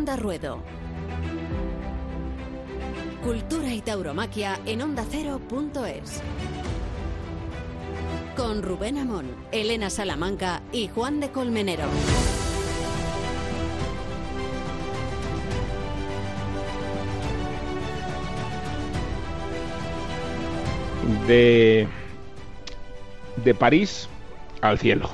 Onda Ruedo. Cultura y tauromaquia en OndaCero.es. Con Rubén Amón, Elena Salamanca y Juan de Colmenero. De París al cielo.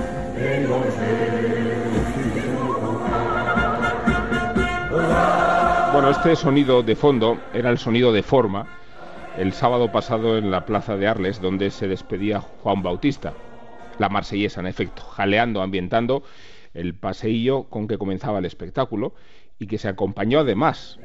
Bueno, este sonido de fondo era el sonido de forma el sábado pasado en la plaza de Arles, donde se despedía Juan Bautista, la marsellesa en efecto, jaleando, ambientando el paseillo con que comenzaba el espectáculo y que se acompañó además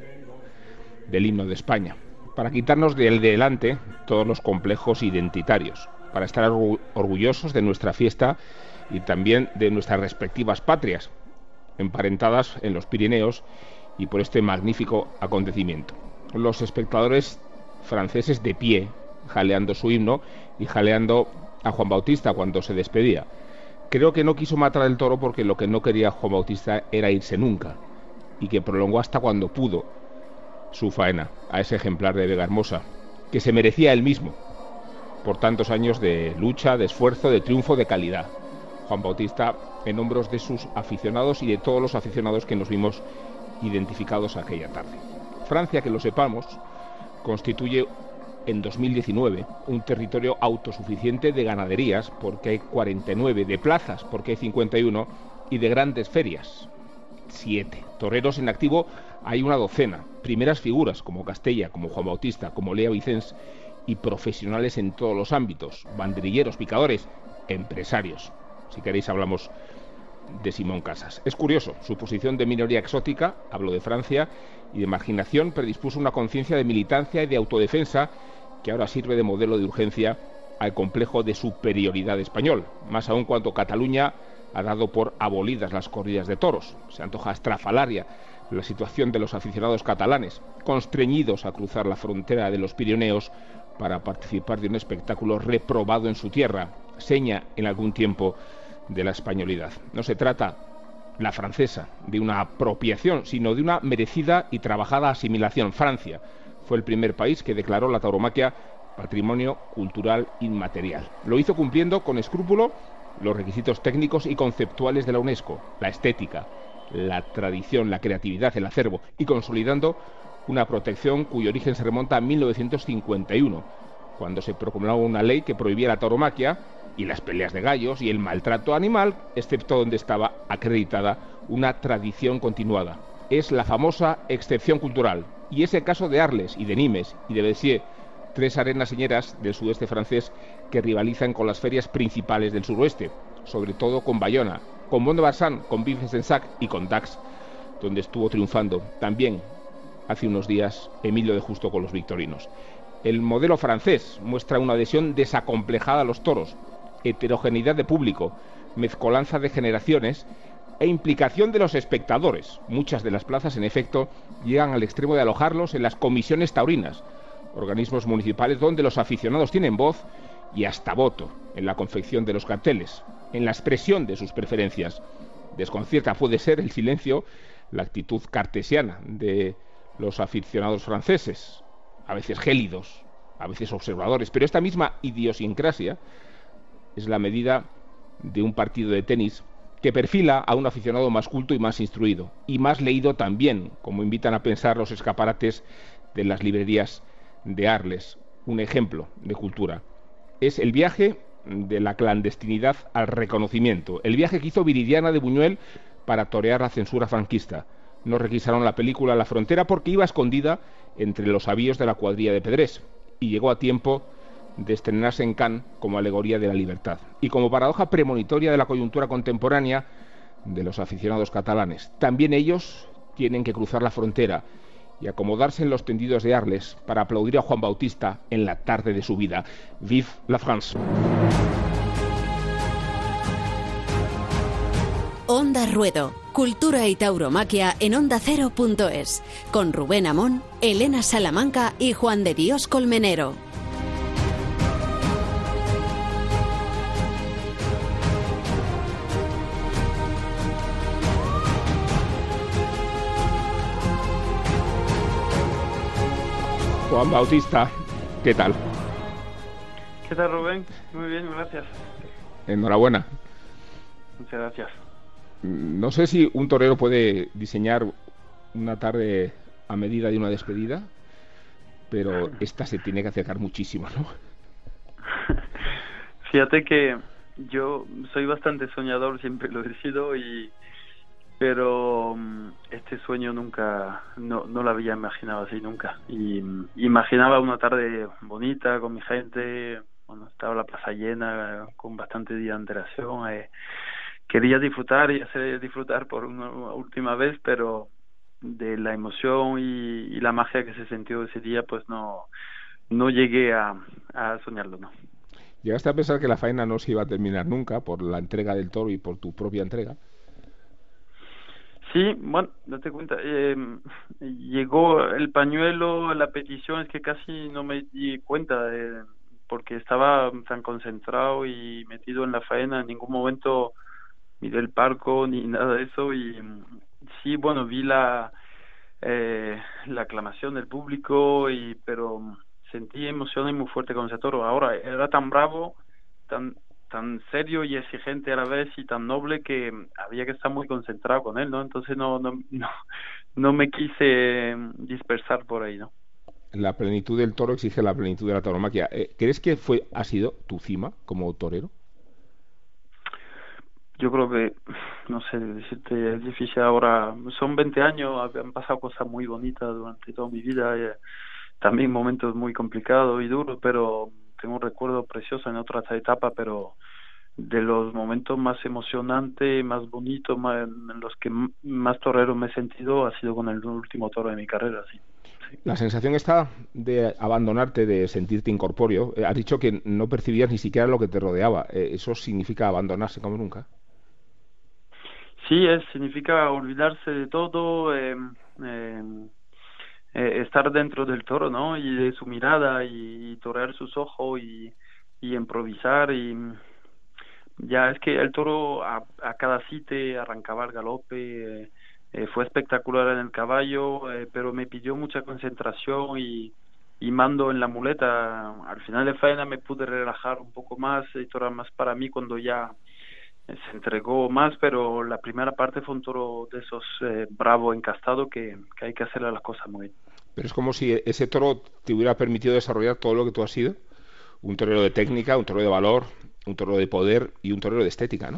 del himno de España, para quitarnos del delante todos los complejos identitarios, para estar orgullosos de nuestra fiesta y también de nuestras respectivas patrias, emparentadas en los Pirineos y por este magnífico acontecimiento. Los espectadores franceses de pie, jaleando su himno y jaleando a Juan Bautista cuando se despedía. Creo que no quiso matar el toro porque lo que no quería Juan Bautista era irse nunca, y que prolongó hasta cuando pudo su faena a ese ejemplar de Vega Hermosa, que se merecía él mismo por tantos años de lucha, de esfuerzo, de triunfo, de calidad. Juan Bautista en hombros de sus aficionados y de todos los aficionados que nos vimos identificados aquella tarde. Francia, que lo sepamos, constituye en 2019 un territorio autosuficiente de ganaderías, porque hay 49, de plazas, porque hay 51, y de grandes ferias, 7. Toreros en activo hay una docena, primeras figuras como Castella, como Juan Bautista, como Lea Vicens, y profesionales en todos los ámbitos, banderilleros, picadores, empresarios. Si queréis hablamos de Simón Casas. Es curioso, su posición de minoría exótica, hablo de Francia, y de marginación predispuso una conciencia de militancia y de autodefensa que ahora sirve de modelo de urgencia al complejo de superioridad español, más aún cuando Cataluña ha dado por abolidas las corridas de toros. Se antoja estrafalaria la situación de los aficionados catalanes, constreñidos a cruzar la frontera de los Pirineos para participar de un espectáculo reprobado en su tierra, seña en algún tiempo de la españolidad. No se trata, la francesa, de una apropiación, sino de una merecida y trabajada asimilación. Francia fue el primer país que declaró la tauromaquia patrimonio cultural inmaterial. Lo hizo cumpliendo con escrúpulo los requisitos técnicos y conceptuales de la UNESCO, la estética, la tradición, la creatividad, el acervo, y consolidando una protección cuyo origen se remonta a 1951, cuando se proclamó una ley que prohibía la tauromaquia y las peleas de gallos y el maltrato animal, excepto donde estaba acreditada una tradición continuada. Es la famosa excepción cultural, y es el caso de Arles y de Nimes y de Béziers, 3 arenas señeras del sudeste francés que rivalizan con las ferias principales del suroeste, sobre todo con Bayona, con Mont-de-Marsan, con Vincensac y con Dax, donde estuvo triunfando también hace unos días Emilio de Justo con los victorinos. El modelo francés muestra una adhesión desacomplejada a los toros, heterogeneidad de público, mezcolanza de generaciones e implicación de los espectadores. Muchas de las plazas, en efecto, llegan al extremo de alojarlos en las comisiones taurinas, organismos municipales donde los aficionados tienen voz y hasta voto en la confección de los carteles, en la expresión de sus preferencias. Desconcierta puede ser el silencio, la actitud cartesiana de los aficionados franceses, a veces gélidos, a veces observadores, pero esta misma idiosincrasia es la medida de un partido de tenis que perfila a un aficionado más culto y más instruido, y más leído también, como invitan a pensar los escaparates de las librerías de Arles. Un ejemplo de cultura es el viaje de la clandestinidad al reconocimiento, el viaje que hizo Viridiana de Buñuel para torear la censura franquista. No requisaron la película La Frontera porque iba escondida entre los avíos de la cuadrilla de Pedrés, y llegó a tiempo de estrenarse en Cannes como alegoría de la libertad y como paradoja premonitoria de la coyuntura contemporánea de los aficionados catalanes. También ellos tienen que cruzar la frontera y acomodarse en los tendidos de Arles para aplaudir a Juan Bautista en la tarde de su vida. Vive la France. Onda Ruedo, cultura y tauromaquia en OndaCero.es, con Rubén Amón, Elena Salamanca y Juan de Dios Colmenero. Juan Bautista, ¿qué tal? ¿Qué tal, Rubén? Muy bien, gracias. Enhorabuena. Muchas gracias. No sé si un torero puede diseñar una tarde a medida de una despedida, pero esta se tiene que acercar muchísimo, ¿no? Fíjate que yo soy bastante soñador, siempre lo he sido, pero este sueño nunca, no lo había imaginado así nunca. Y imaginaba una tarde bonita con mi gente, bueno, estaba la plaza llena, con bastante día de antelación. Quería disfrutar y hacer disfrutar por una última vez, pero de la emoción y la magia que se sintió ese día, pues no llegué a soñarlo, ¿no? ¿Llegaste a pensar que la faena no se iba a terminar nunca por la entrega del toro y por tu propia entrega? Sí, bueno, date cuenta, llegó el pañuelo, la petición, es que casi no me di cuenta, porque estaba tan concentrado y metido en la faena, en ningún momento miré el palco ni nada de eso, y sí, bueno, vi la aclamación del público, pero sentí emociones muy fuertes con ese toro. Ahora, era tan bravo, tan serio y exigente a la vez y tan noble que había que estar muy concentrado con él, ¿no? Entonces no me quise dispersar por ahí, ¿no? La plenitud del toro exige la plenitud de la tauromaquia. ¿Crees que ha sido tu cima como torero? Yo creo que, no sé decirte, es difícil ahora. Son 20 años, han pasado cosas muy bonitas durante toda mi vida, también momentos muy complicados y duros, pero tengo un recuerdo precioso en otras etapas, pero de los momentos más emocionantes, más bonitos, en los que más torero me he sentido, ha sido con el último toro de mi carrera, sí. La sensación está de abandonarte, de sentirte incorpóreo. Has dicho que no percibías ni siquiera lo que te rodeaba. ¿Eso significa abandonarse como nunca? Sí, significa olvidarse de todo, estar dentro del toro, ¿no? Y de su mirada y torear sus ojos y improvisar y ya es que el toro a cada cite arrancaba el galope, fue espectacular en el caballo, pero me pidió mucha concentración y mando en la muleta. Al final de faena me pude relajar un poco más, esto era más para mí cuando ya se entregó más, pero la primera parte fue un toro de esos bravo, encastado, que hay que hacerle las cosas muy bien. Pero es como si ese toro te hubiera permitido desarrollar todo lo que tú has sido. Un torero de técnica, un torero de valor, un torero de poder y un torero de estética, ¿no?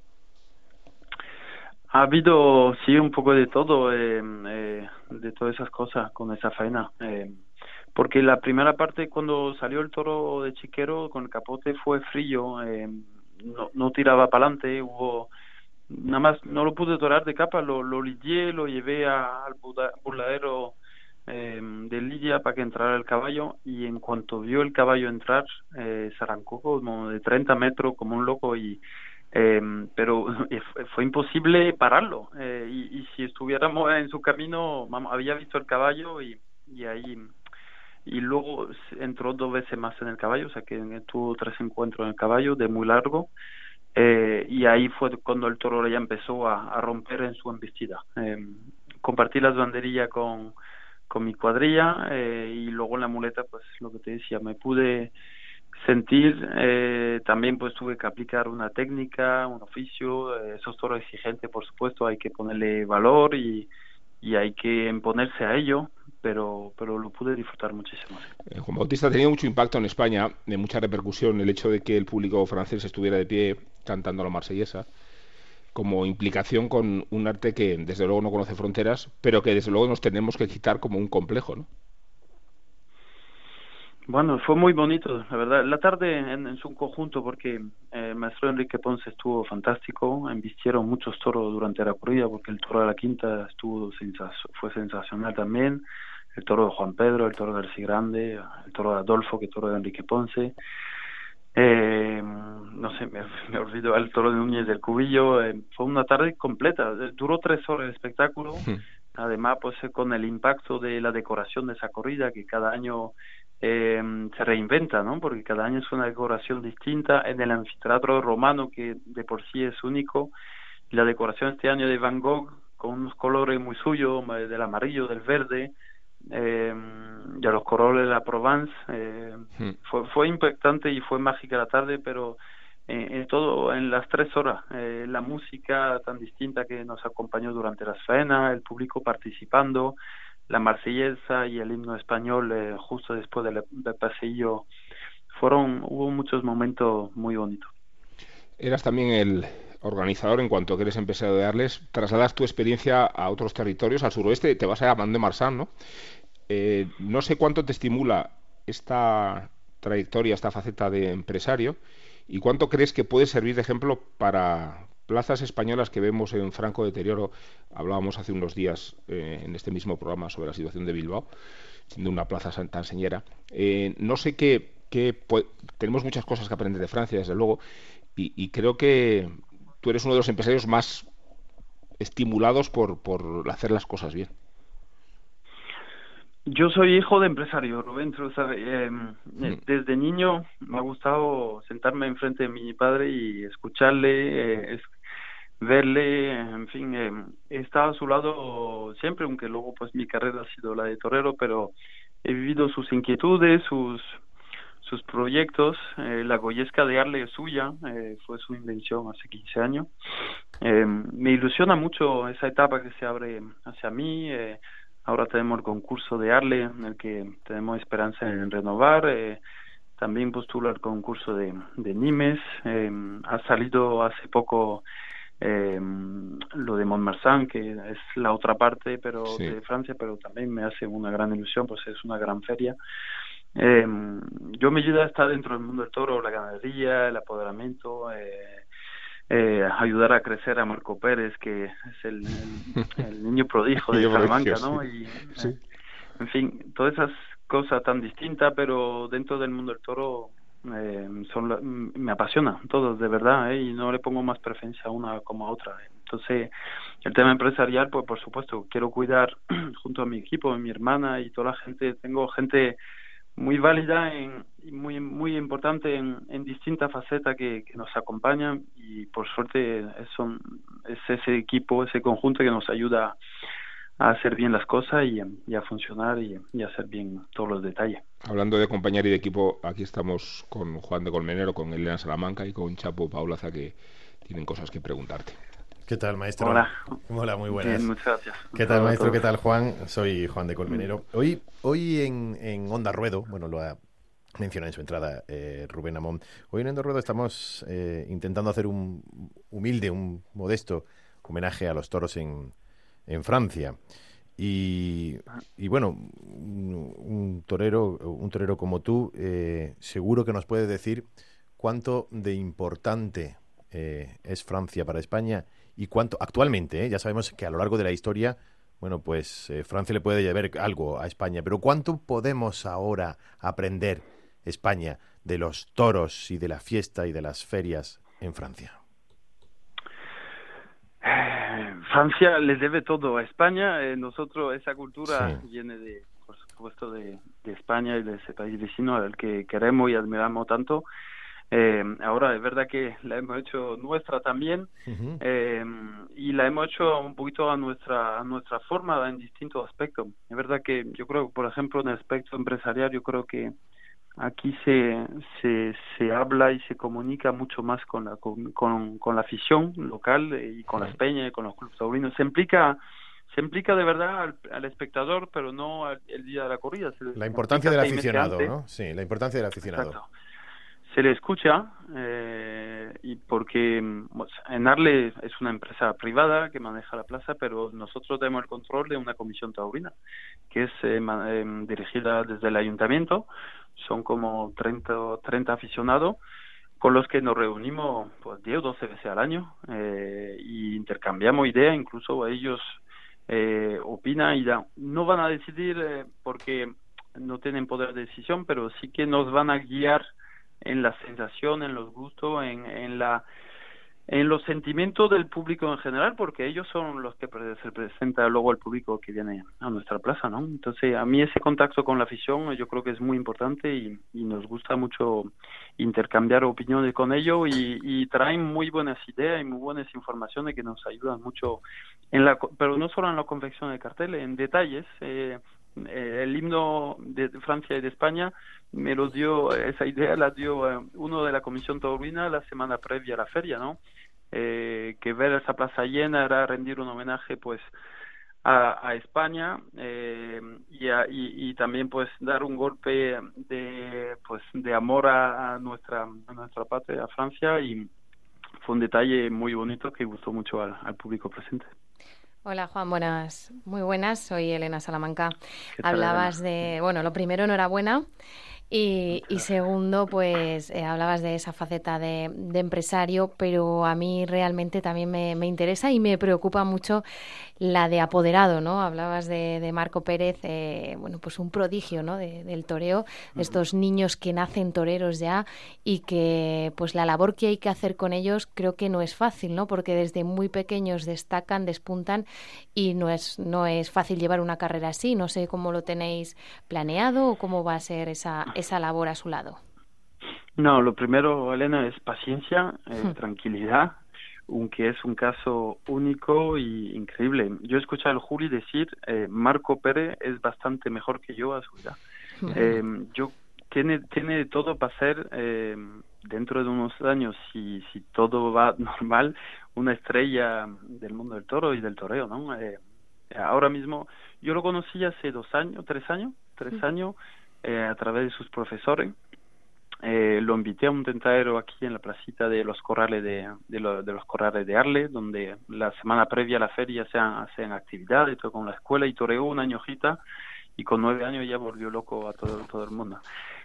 Ha habido, sí, un poco de todo, de todas esas cosas con esa faena. Porque la primera parte, cuando salió el toro de Chiquero con el capote, fue frío, no tiraba para adelante, nada más no lo pude torear de capa, lo lidié, lo llevé al burladero de Lidia para que entrara el caballo, y en cuanto vio el caballo entrar, se arrancó como de 30 metros como un loco, pero fue imposible pararlo, y si estuviéramos en su camino, había visto el caballo y ahí, y luego entró 2 veces más en el caballo, o sea que tuvo 3 encuentros en el caballo de muy largo, y ahí fue cuando el toro ya empezó a romper en su embestida. Compartí las banderillas con mi cuadrilla, y luego en la muleta, pues lo que te decía, me pude sentir, también pues tuve que aplicar una técnica, un oficio, esos toros exigentes, por supuesto, hay que ponerle valor y hay que imponerse a ello, pero lo pude disfrutar muchísimo. Juan Bautista ha tenido mucho impacto en España, de mucha repercusión, el hecho de que el público francés estuviera de pie cantando la marsellesa, como implicación con un arte que desde luego no conoce fronteras, pero que desde luego nos tenemos que quitar como un complejo, ¿no? Bueno, fue muy bonito, la verdad. La tarde en su conjunto, porque el maestro Enrique Ponce estuvo fantástico, embistieron muchos toros durante la corrida, porque el toro de la quinta fue sensacional también, el toro de Juan Pedro, el toro de García Grande, el toro de Adolfo, que el toro de Enrique Ponce, no sé, me olvido el toro de Núñez del Cubillo. Fue una tarde completa, duró 3 horas el espectáculo. Además, pues con el impacto de la decoración de esa corrida, que cada año se reinventa, ¿no? Porque cada año es una decoración distinta en el anfiteatro romano, que de por sí es único, y la decoración este año de Van Gogh con unos colores muy suyos, del amarillo, del verde, y a los Coroles de la Provence. Fue impactante y fue mágica la tarde, pero en todo, en las 3 horas, la música tan distinta que nos acompañó durante las faenas, el público participando, la marsellesa y el himno español justo después del paseillo, hubo muchos momentos muy bonitos. Eras también el organizador en cuanto que eres empresario de Arles, trasladas tu experiencia a otros territorios, al suroeste, te vas a Mont de Marsan, ¿no? No sé cuánto te estimula esta trayectoria, esta faceta de empresario, y cuánto crees que puede servir de ejemplo para plazas españolas que vemos en franco deterioro. Hablábamos hace unos días en este mismo programa sobre la situación de Bilbao, siendo una plaza tan señera. No sé tenemos muchas cosas que aprender de Francia, desde luego, y creo que tú eres uno de los empresarios más estimulados por hacer las cosas bien. Yo soy hijo de empresario, Rubén, tú sabes. Desde niño me ha gustado sentarme enfrente de mi padre y escucharle, verle, en fin, he estado a su lado siempre, aunque luego pues mi carrera ha sido la de torero, pero he vivido sus inquietudes, sus proyectos. La Goyesca de Arles es suya, fue su invención hace 15 años. Me ilusiona mucho esa etapa que se abre hacia mí. Ahora tenemos el concurso de Arles, en el que tenemos esperanza en renovar. También postula el concurso de Nimes. Ha salido hace poco lo de Mont de Marsan, que es la otra parte de Francia, pero también me hace una gran ilusión, pues es una gran feria. Yo me ayuda a estar dentro del mundo del toro, la ganadería, el apoderamiento, ayudar a crecer a Marco Pérez, que es el niño prodigio de Salamanca, ¿no? Y, en fin, todas esas cosas tan distintas, pero dentro del mundo del toro me apasiona todo, de verdad, y no le pongo más preferencia a una como a otra. Entonces, el tema empresarial, pues por supuesto, quiero cuidar junto a mi equipo, mi hermana y toda la gente. Tengo gente muy válida y muy importante en distintas facetas que nos acompañan, y por suerte es ese equipo, ese conjunto que nos ayuda a hacer bien las cosas y a funcionar y a hacer bien todos los detalles. Hablando de acompañar y de equipo, aquí estamos con Juan de Colmenero, con Elena Salamanca y con Chapo Paulaza, que tienen cosas que preguntarte. ¿Qué tal, maestro? Hola, muy buenas. Bien, muchas gracias. ¿Qué tal, maestro? ¿Qué tal, Juan? Soy Juan de Colmenero. Hoy en Onda Ruedo, bueno, lo ha mencionado en su entrada Rubén Amón, hoy en Onda Ruedo estamos intentando hacer un humilde, un modesto homenaje a los toros en Francia. Y bueno, un torero como tú, seguro que nos puede decir cuánto de importante es Francia para España. Y cuánto actualmente, ya sabemos que a lo largo de la historia, bueno, pues Francia le puede llevar algo a España, pero ¿cuánto podemos ahora aprender España de los toros y de la fiesta y de las ferias en Francia? Francia le debe todo a España. Nosotros, esa cultura viene por supuesto, de España y de ese país vecino al que queremos y admiramos tanto. Ahora es verdad que la hemos hecho nuestra también, y la hemos hecho un poquito a nuestra forma en distintos aspectos. Es verdad que yo creo, por ejemplo, en el aspecto empresarial, yo creo que aquí se habla y se comunica mucho más con la afición local y con las peñas y con los clubes taurinos. Se implica de verdad al espectador, pero no el día de la corrida. La importancia del aficionado, ¿no? Sí, la importancia del aficionado. Exacto. Se le escucha, y porque en Arles es una empresa privada que maneja la plaza, pero nosotros tenemos el control de una comisión taurina que es dirigida desde el ayuntamiento. Son como 30 aficionados con los que nos reunimos pues 10 o 12 veces al año, y intercambiamos ideas. Incluso ellos opinan y no van a decidir porque no tienen poder de decisión, pero sí que nos van a guiar en la sensación, en los gustos, en los sentimientos del público en general, porque ellos son los que se presenta luego el público que viene a nuestra plaza, ¿no? Entonces, a mí ese contacto con la afición yo creo que es muy importante, y nos gusta mucho intercambiar opiniones con ellos, y traen muy buenas ideas y muy buenas informaciones que nos ayudan mucho pero no solo en la confección de carteles, en detalles. el himno de Francia y de España me lo dio, esa idea la dio uno de la Comisión Taurina la semana previa a la feria, ¿no? Que ver esa plaza llena era rendir un homenaje, pues, a España, y también, pues, dar un golpe de amor a nuestra patria, a Francia, y fue un detalle muy bonito que gustó mucho al público presente. Hola Juan, muy buenas, soy Elena Salamanca. ¿Qué tal, Hablabas Elena? bueno, lo primero, enhorabuena. Y segundo, pues hablabas de esa faceta de empresario, pero a mí realmente también me interesa y me preocupa mucho la de apoderado, ¿no? Hablabas de Marco Pérez, bueno, pues un prodigio, ¿no? Del toreo, de estos niños que nacen toreros ya y que, pues la labor que hay que hacer con ellos creo que no es fácil, ¿no? Porque desde muy pequeños destacan, despuntan y no es fácil llevar una carrera así. No sé cómo lo tenéis planeado o cómo va a ser esa labor a su lado. No, lo primero, Elena, es paciencia, tranquilidad, aunque es un caso único y increíble. Yo he escuchado al Juli decir, Marco Pérez es bastante mejor que yo a su edad. Tiene todo para ser, dentro de unos años, si todo va normal, una estrella del mundo del toro y del toreo, ¿no? Ahora mismo, yo lo conocí hace 3 años, a través de sus profesores. Lo invité a un tentadero aquí en la placita de los corrales de los corrales de Arles, donde la semana previa a la feria se hacen actividades con la escuela, y toreó un año hojita, y con 9 años ya volvió loco a todo el mundo.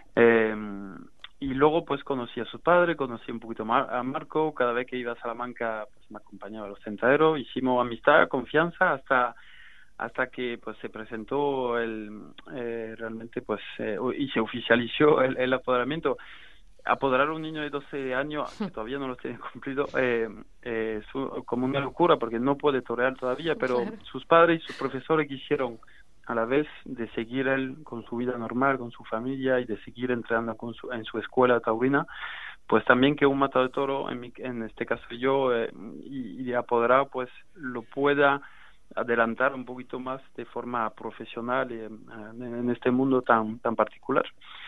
Y luego pues conocí a su padre, conocí un poquito más a Marco. Cada vez que iba a Salamanca pues me acompañaba a los tentaderos, hicimos amistad, confianza, hasta que pues se presentó realmente pues y se oficializó el apoderamiento. Apoderar a un niño de 12 años que todavía no lo tiene cumplido es como una locura, porque no puede torear todavía, pero claro, sus padres y sus profesores quisieron a la vez de seguir él con su vida normal, con su familia, y de seguir entrenando en su escuela taurina, pues también que un matador de toro, en este caso yo, y de apoderado, pues lo pueda adelantar un poquito más de forma profesional en este mundo tan particular.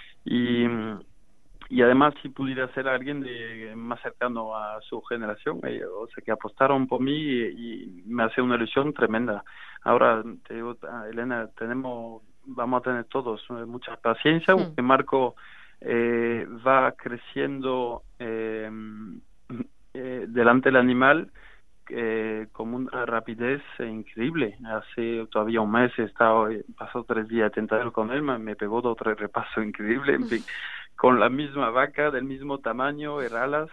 Y además, si pudiera ser alguien más cercano a su generación, o sea, que apostaron por mí, y me hace una ilusión tremenda. Ahora, te digo, Elena, vamos a tener todos mucha paciencia, porque Marco va creciendo delante del animal con una rapidez increíble. Hace todavía un mes pasó 3 días de tentadero con él, me pegó 2 o 3 repasos increíbles, en fin, con la misma vaca, del mismo tamaño, heralas.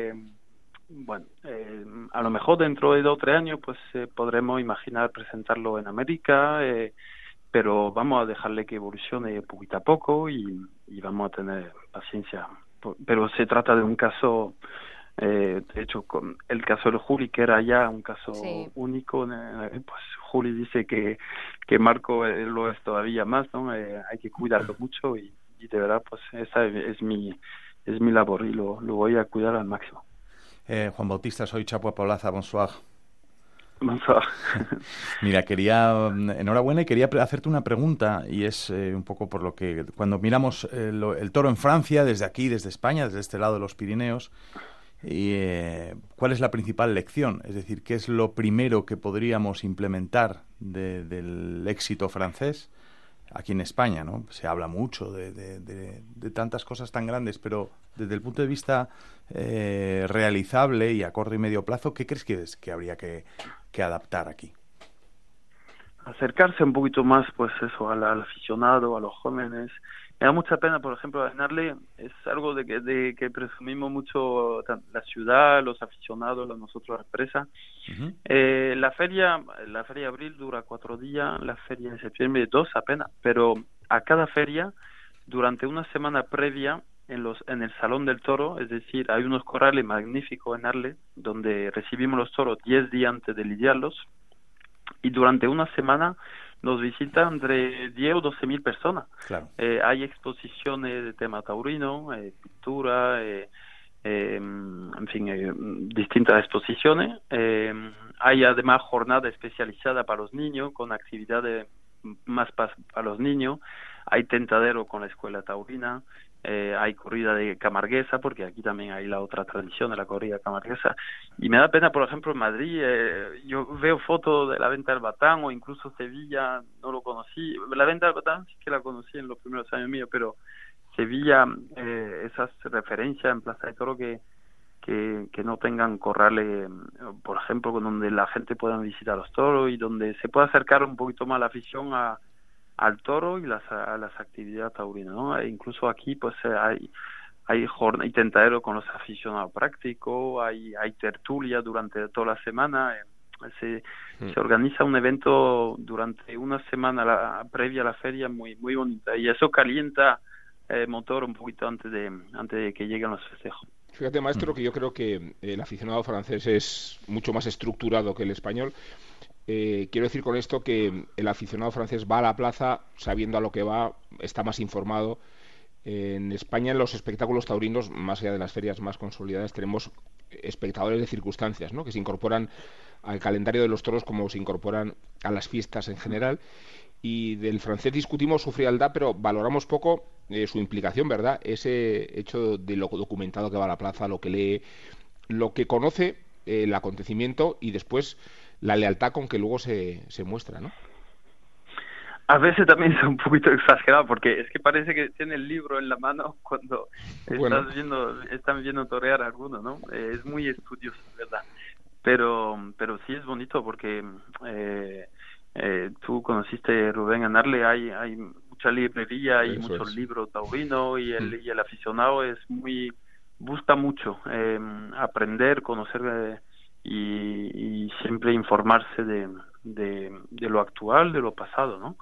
A lo mejor dentro de 2 o 3 años pues podremos imaginar presentarlo en América, pero vamos a dejarle que evolucione poquito a poco, y vamos a tener paciencia. Pero se trata de un caso, de hecho, con el caso de Juli, que era ya un caso único, pues Juli dice que Marco lo es todavía más, ¿no? Hay que cuidarlo mucho, y de verdad pues esa es mi labor, y lo voy a cuidar al máximo. Juan Bautista, soy Chapo Apolaza, bonsoir. Bonsoir. Mira, enhorabuena, y quería hacerte una pregunta, y es un poco por lo que cuando miramos el toro en Francia, desde aquí, desde España, desde este lado de los Pirineos, ¿cuál es la principal lección? Es decir, ¿qué es lo primero que podríamos implementar del éxito francés aquí en España, ¿no? Se habla mucho de tantas cosas tan grandes, pero desde el punto de vista realizable y a corto y medio plazo, ¿qué crees que habría que adaptar aquí? Acercarse un poquito más, pues eso, al aficionado, a los jóvenes. Me da mucha pena, por ejemplo, en Arles es algo de que presumimos mucho la ciudad, los aficionados, nosotros la empresa. Uh-huh. La feria de abril dura 4 días, la feria de septiembre 2 apenas, pero a cada feria, durante una semana previa, en el Salón del Toro, es decir, hay unos corrales magníficos en Arles, donde recibimos los toros 10 días antes de lidiarlos, y durante una semana nos visitan entre 10 o 12 mil personas. Claro. Hay exposiciones de tema taurino, pintura, en fin, distintas exposiciones. Hay además jornada especializada para los niños, con actividades más para los niños. Hay tentadero con la escuela taurina, hay corrida de camarguesa, porque aquí también hay la otra tradición de la corrida camarguesa. Y me da pena, por ejemplo, en Madrid, yo veo fotos de la Venta del Batán, o incluso Sevilla, no lo conocí. La Venta del Batán sí que la conocí en los primeros años míos, pero Sevilla, esas referencias en Plaza de Toro que no tengan corrales, por ejemplo, donde la gente pueda visitar los toros y donde se pueda acercar un poquito más la afición al toro y a las actividades taurinas, ¿no? E incluso aquí pues hay tentadero con los aficionados prácticos, hay tertulia durante toda la semana, se organiza un evento durante una semana previa a la feria muy muy bonita, y eso calienta motor un poquito antes de que lleguen los festejos. Fíjate, maestro, que yo creo que el aficionado francés es mucho más estructurado que el español. Quiero decir con esto que el aficionado francés va a la plaza sabiendo a lo que va, está más informado. En España, en los espectáculos taurinos, más allá de las ferias más consolidadas, tenemos espectadores de circunstancias, ¿no?, que se incorporan al calendario de los toros como se incorporan a las fiestas en general. Y del francés discutimos su frialdad, pero valoramos poco su implicación, ¿verdad? Ese hecho de lo documentado que va a la plaza, lo que lee, lo que conoce, el acontecimiento, y después la lealtad con que luego se muestra, ¿no? A veces también es un poquito exagerado, porque es que parece que tiene el libro en la mano cuando están viendo torear a alguno, ¿no? Es muy estudioso, ¿verdad? Pero sí es bonito porque tú conociste Rubén Anarle, hay mucha librería, hay muchos libros taurinos, y el aficionado busca mucho aprender, conocer y siempre informarse de lo actual, de lo pasado, ¿no?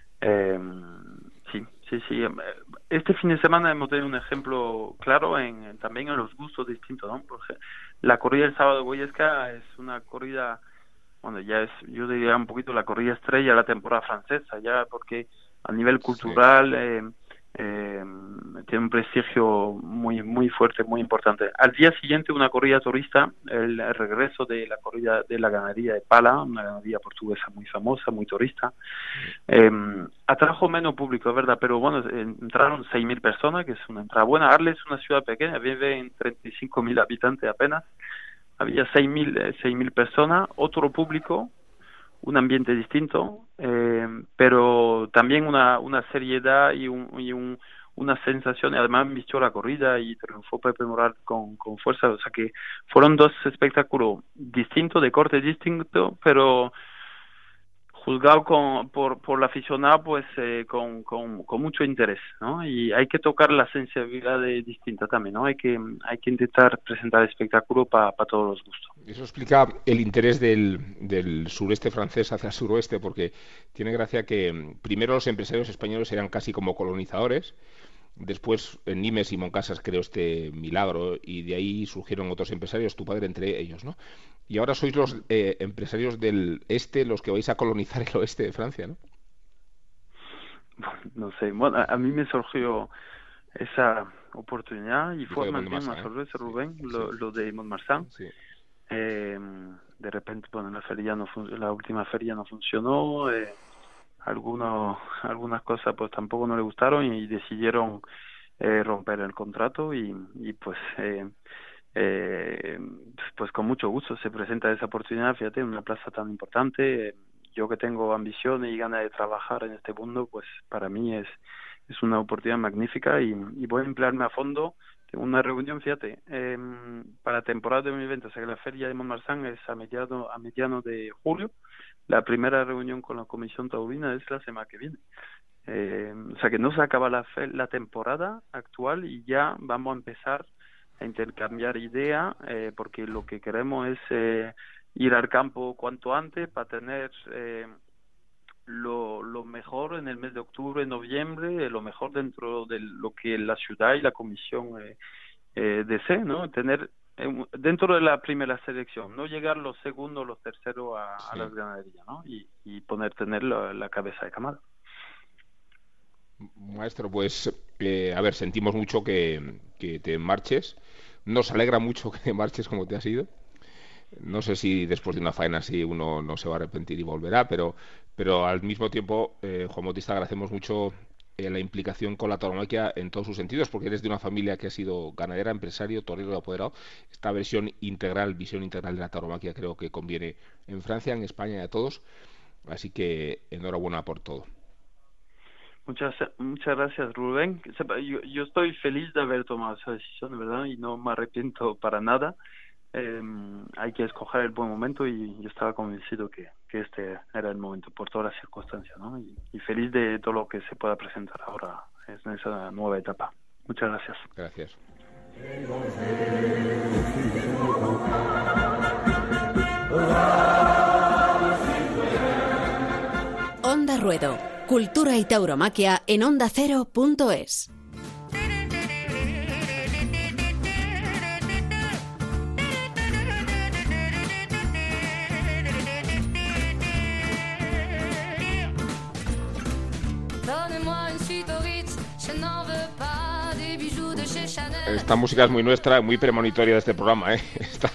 Sí. Este fin de semana hemos tenido un ejemplo claro también en los gustos distintos, ¿no? Porque la corrida del sábado de Goyesca es una corrida, bueno, ya es, yo diría, un poquito la corrida estrella de la temporada francesa, ya, porque a nivel cultural tiene un prestigio muy muy fuerte, muy importante. Al día siguiente, una corrida turista, el regreso de la corrida de la ganadería de Pala, una ganadería portuguesa muy famosa, muy turista. Atrajo menos público, es verdad, pero bueno, entraron 6.000 personas, que es una entrada buena. Arles es una ciudad pequeña, vive en 35.000 habitantes apenas. Había 6.000 personas, otro público, un ambiente distinto, pero también una seriedad y una sensación. Además, vistió la corrida y triunfó Pepe Moral con fuerza. O sea que fueron dos espectáculos distintos, de corte distinto, pero juzgado por el aficionado pues con mucho interés, ¿no? Y hay que tocar la sensibilidad distinta también, ¿no? Hay que intentar presentar el espectáculo para todos los gustos. Eso explica el interés del sureste francés hacia el suroeste, porque tiene gracia que primero los empresarios españoles eran casi como colonizadores, después en Nimes y Moncasas creó este milagro, y de ahí surgieron otros empresarios, tu padre entre ellos, ¿no? Y ahora sois los empresarios del este los que vais a colonizar el oeste de Francia, ¿no? No sé, bueno, a mí me surgió esa oportunidad y fue más bien una sorpresa, Rubén, lo de Montmarsan. Sí. De repente, bueno, la última feria no funcionó, algunas cosas pues tampoco no le gustaron y decidieron romper el contrato y pues con mucho gusto se presenta esa oportunidad. Fíjate, en una plaza tan importante, yo que tengo ambiciones y ganas de trabajar en este mundo, pues para mí es una oportunidad magnífica y voy a emplearme a fondo. Tengo una reunión, fíjate, para temporada de 2020, o sea que la feria de Montmarsan es a mediados de julio. La primera reunión con la Comisión Taurina es la semana que viene. O sea que no se acaba la temporada actual y ya vamos a empezar a intercambiar ideas, porque lo que queremos es ir al campo cuanto antes para tener lo mejor en el mes de octubre, noviembre, lo mejor dentro de lo que la ciudad y la comisión desee, ¿no? Tener dentro de la primera selección, no llegar los segundos, los terceros a las ganaderías, ¿no? Y tener la cabeza de camada. Maestro, pues a ver, sentimos mucho que te marches, nos alegra mucho que te marches como te has ido, No sé si después de una faena así uno no se va a arrepentir y volverá, pero al mismo tiempo, Juan Bautista, agradecemos mucho la implicación con la tauromaquia en todos sus sentidos, porque eres de una familia que ha sido ganadera, empresario, torero y apoderado. Esta visión integral de la tauromaquia creo que conviene en Francia, en España y a todos. Así que enhorabuena por todo. Muchas gracias, Rubén. Yo estoy feliz de haber tomado esa decisión, de verdad, y no me arrepiento para nada. Hay que escoger el buen momento y yo estaba convencido que este era el momento por todas las circunstancias, ¿no? Y feliz de todo lo que se pueda presentar ahora en esa nueva etapa. Muchas gracias. Gracias. Onda Ruedo, cultura y tauromaquia en ondacero.es. Esta música es muy nuestra, muy premonitoria de este programa, ¿eh?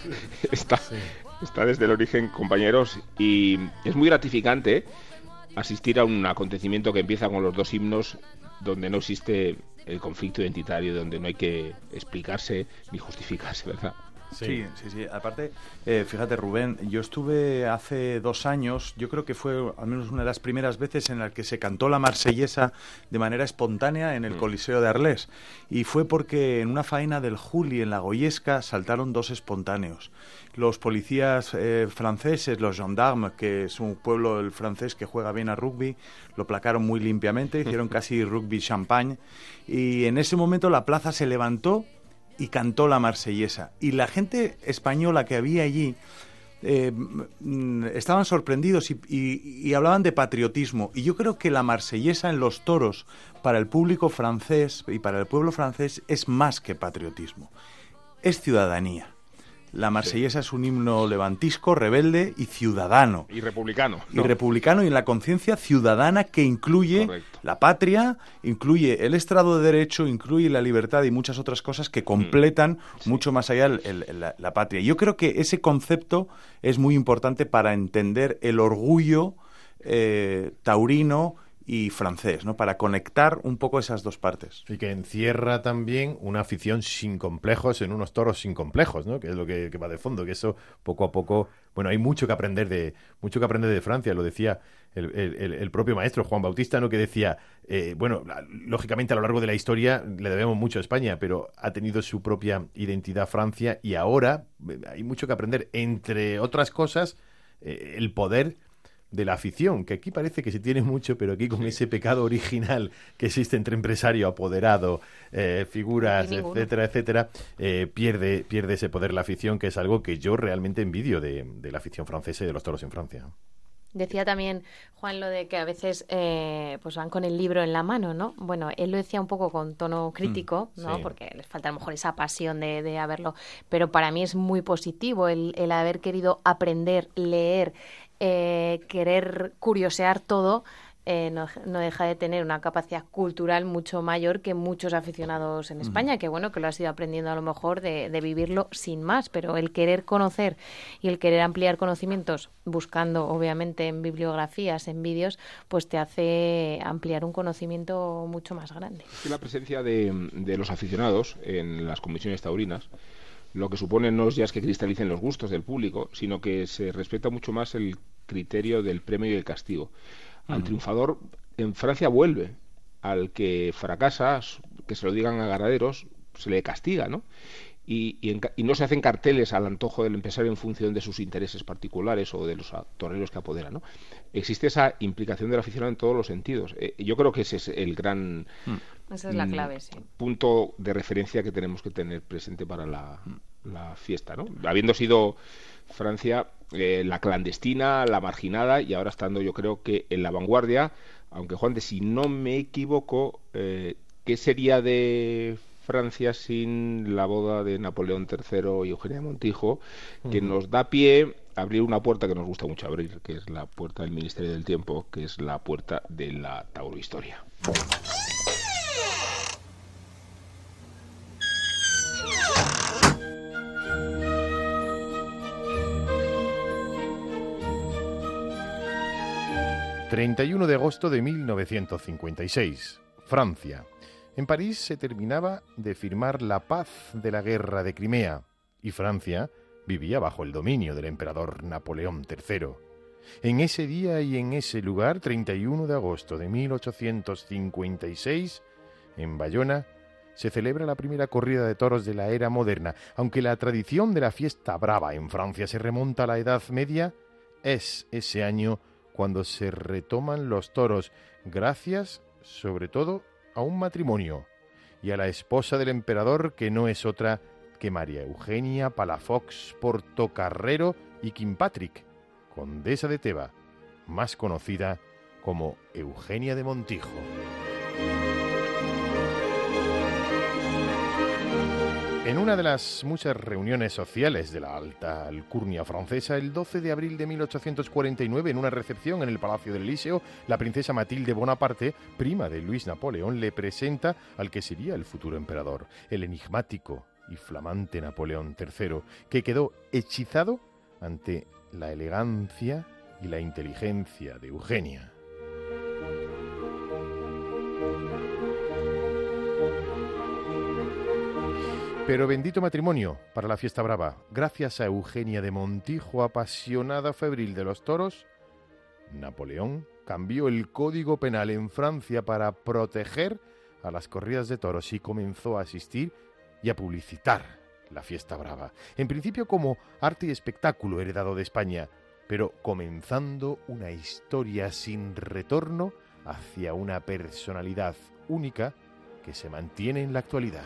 Está desde el origen, compañeros, y es muy gratificante asistir a un acontecimiento que empieza con los dos himnos, donde no existe el conflicto identitario, donde no hay que explicarse ni justificarse, ¿verdad? Sí. Aparte, fíjate, Rubén, yo estuve hace 2 años, yo creo que fue al menos una de las primeras veces en la que se cantó la marsellesa de manera espontánea en el Coliseo de Arles. Y fue porque en una faena del Juli, en la Goyesca, saltaron 2 espontáneos. Los policías franceses, los gendarmes, que es un pueblo el francés que juega bien a rugby, lo placaron muy limpiamente, hicieron casi rugby champagne. Y en ese momento la plaza se levantó y cantó la marsellesa. Y la gente española que había allí estaban sorprendidos y hablaban de patriotismo. Y yo creo que la marsellesa en los toros para el público francés y para el pueblo francés es más que patriotismo. Es ciudadanía. La marsellesa es un himno levantisco, rebelde y ciudadano. Y republicano. ¿No? Y republicano y en la conciencia ciudadana que incluye la patria, incluye el Estado de Derecho, incluye la libertad y muchas otras cosas que completan mucho más allá la patria. Yo creo que ese concepto es muy importante para entender el orgullo taurino y francés, ¿no? Para conectar un poco esas dos partes. Y que encierra también una afición sin complejos en unos toros sin complejos, ¿no? Que es lo que va de fondo, que eso poco a poco, bueno, hay mucho que aprender de Francia, lo decía el propio maestro Juan Bautista, ¿no? Que decía, bueno, lógicamente a lo largo de la historia le debemos mucho a España, pero ha tenido su propia identidad Francia y ahora hay mucho que aprender, entre otras cosas, el poder de la afición, que aquí parece que se tiene mucho, pero aquí con ese pecado original que existe entre empresario, apoderado, figuras, etcétera, pierde ese poder la afición, que es algo que yo realmente envidio de la afición francesa y de los toros en Francia. Decía también Juan lo de que a veces pues van con el libro en la mano, ¿no? Bueno, él lo decía un poco con tono crítico, ¿no? Sí. Porque les falta a lo mejor esa pasión de haberlo, pero para mí es muy positivo el haber querido aprender, leer, querer curiosear todo. No deja de tener una capacidad cultural mucho mayor que muchos aficionados en España, que bueno, que lo has ido aprendiendo a lo mejor de vivirlo sin más, pero el querer conocer y el querer ampliar conocimientos, buscando obviamente en bibliografías, en vídeos, pues te hace ampliar un conocimiento mucho más grande. Es que la presencia de los aficionados en las comisiones taurinas lo que supone no es ya que cristalicen los gustos del público, sino que se respeta mucho más el criterio del premio y el castigo. Al triunfador en Francia vuelve, al que fracasa, que se lo digan a ganaderos, se le castiga, ¿no? Y no se hacen carteles al antojo del empresario en función de sus intereses particulares o de los toreros que apoderan, ¿no? Existe esa implicación del aficionado en todos los sentidos. Yo creo que ese es el gran esa es la clave, sí. punto de referencia que tenemos que tener presente para la fiesta, ¿no? Habiendo sido Francia la clandestina, la marginada, y ahora estando yo creo que en la vanguardia, aunque Juan, si no me equivoco, ¿qué sería de Francia sin la boda de Napoleón III y Eugenia Montijo, que nos da pie a abrir una puerta que nos gusta mucho abrir, que es la puerta del Ministerio del Tiempo, que es la puerta de la taurohistoria? 31 de agosto de 1956, Francia. En París se terminaba de firmar la paz de la Guerra de Crimea y Francia vivía bajo el dominio del emperador Napoleón III. En ese día y en ese lugar, 31 de agosto de 1856, en Bayona, se celebra la primera corrida de toros de la era moderna. Aunque la tradición de la fiesta brava en Francia se remonta a la Edad Media, es ese año cuando se retoman los toros, gracias, sobre todo, a un matrimonio y a la esposa del emperador, que no es otra que María Eugenia Palafox Portocarrero y Kilpatrick, condesa de Teba, más conocida como Eugenia de Montijo. En una de las muchas reuniones sociales de la alta alcurnia francesa, el 12 de abril de 1849, en una recepción en el Palacio del Elíseo, la princesa Matilde Bonaparte, prima de Luis Napoleón, le presenta al que sería el futuro emperador, el enigmático y flamante Napoleón III, que quedó hechizado ante la elegancia y la inteligencia de Eugenia. Pero bendito matrimonio para la fiesta brava. Gracias a Eugenia de Montijo, apasionada febril de los toros, Napoleón cambió el Código Penal en Francia para proteger a las corridas de toros y comenzó a asistir y a publicitar la fiesta brava. En principio como arte y espectáculo heredado de España, pero comenzando una historia sin retorno hacia una personalidad única que se mantiene en la actualidad.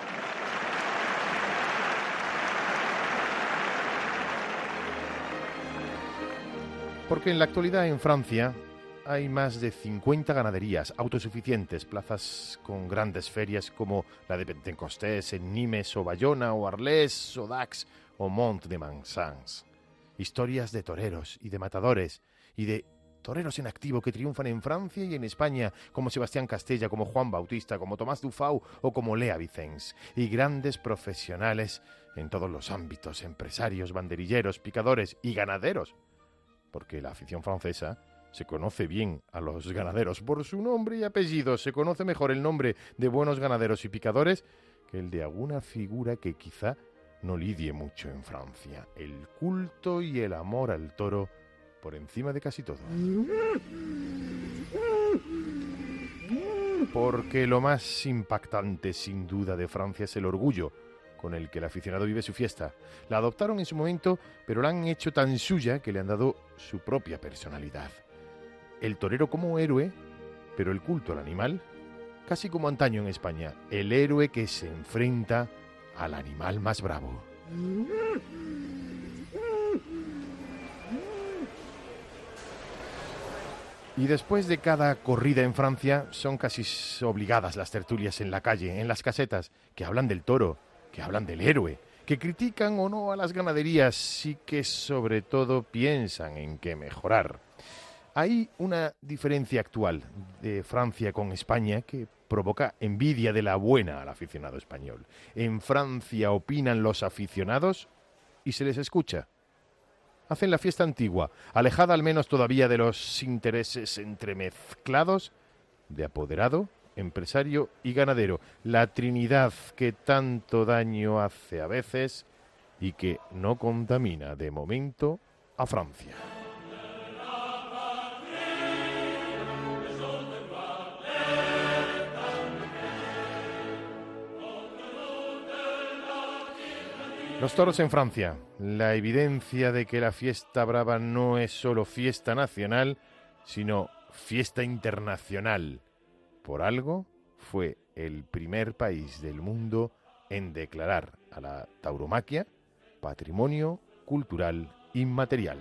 Porque en la actualidad en Francia hay más de 50 ganaderías autosuficientes, plazas con grandes ferias como la de Pentecostés en Nimes o Bayona o Arles o Dax o Mont-de-Mansans. Historias de toreros y de matadores y de toreros en activo que triunfan en Francia y en España, como Sebastián Castella, como Juan Bautista, como Tomás Dufau o como Lea Vicens, y grandes profesionales en todos los ámbitos, empresarios, banderilleros, picadores y ganaderos. Porque la afición francesa se conoce bien a los ganaderos por su nombre y apellido. Se conoce mejor el nombre de buenos ganaderos y picadores que el de alguna figura que quizá no lidie mucho en Francia. El culto y el amor al toro por encima de casi todo. Porque lo más impactante, sin duda, de Francia es el orgullo con el que el aficionado vive su fiesta. La adoptaron en su momento, pero la han hecho tan suya que le han dado su propia personalidad. El torero como héroe, pero el culto al animal, casi como antaño en España, el héroe que se enfrenta al animal más bravo. Y después de cada corrida en Francia, son casi obligadas las tertulias en la calle, en las casetas, que hablan del toro, que hablan del héroe, que critican o no a las ganaderías y que sobre todo piensan en qué mejorar. Hay una diferencia actual de Francia con España que provoca envidia de la buena al aficionado español. En Francia opinan los aficionados y se les escucha. Hacen la fiesta antigua, alejada al menos todavía de los intereses entremezclados de apoderado, empresario y ganadero, la trinidad que tanto daño hace a veces y que no contamina de momento a Francia. Los toros en Francia, la evidencia de que la fiesta brava no es solo fiesta nacional, sino fiesta internacional. Por algo, fue el primer país del mundo en declarar a la tauromaquia patrimonio cultural inmaterial.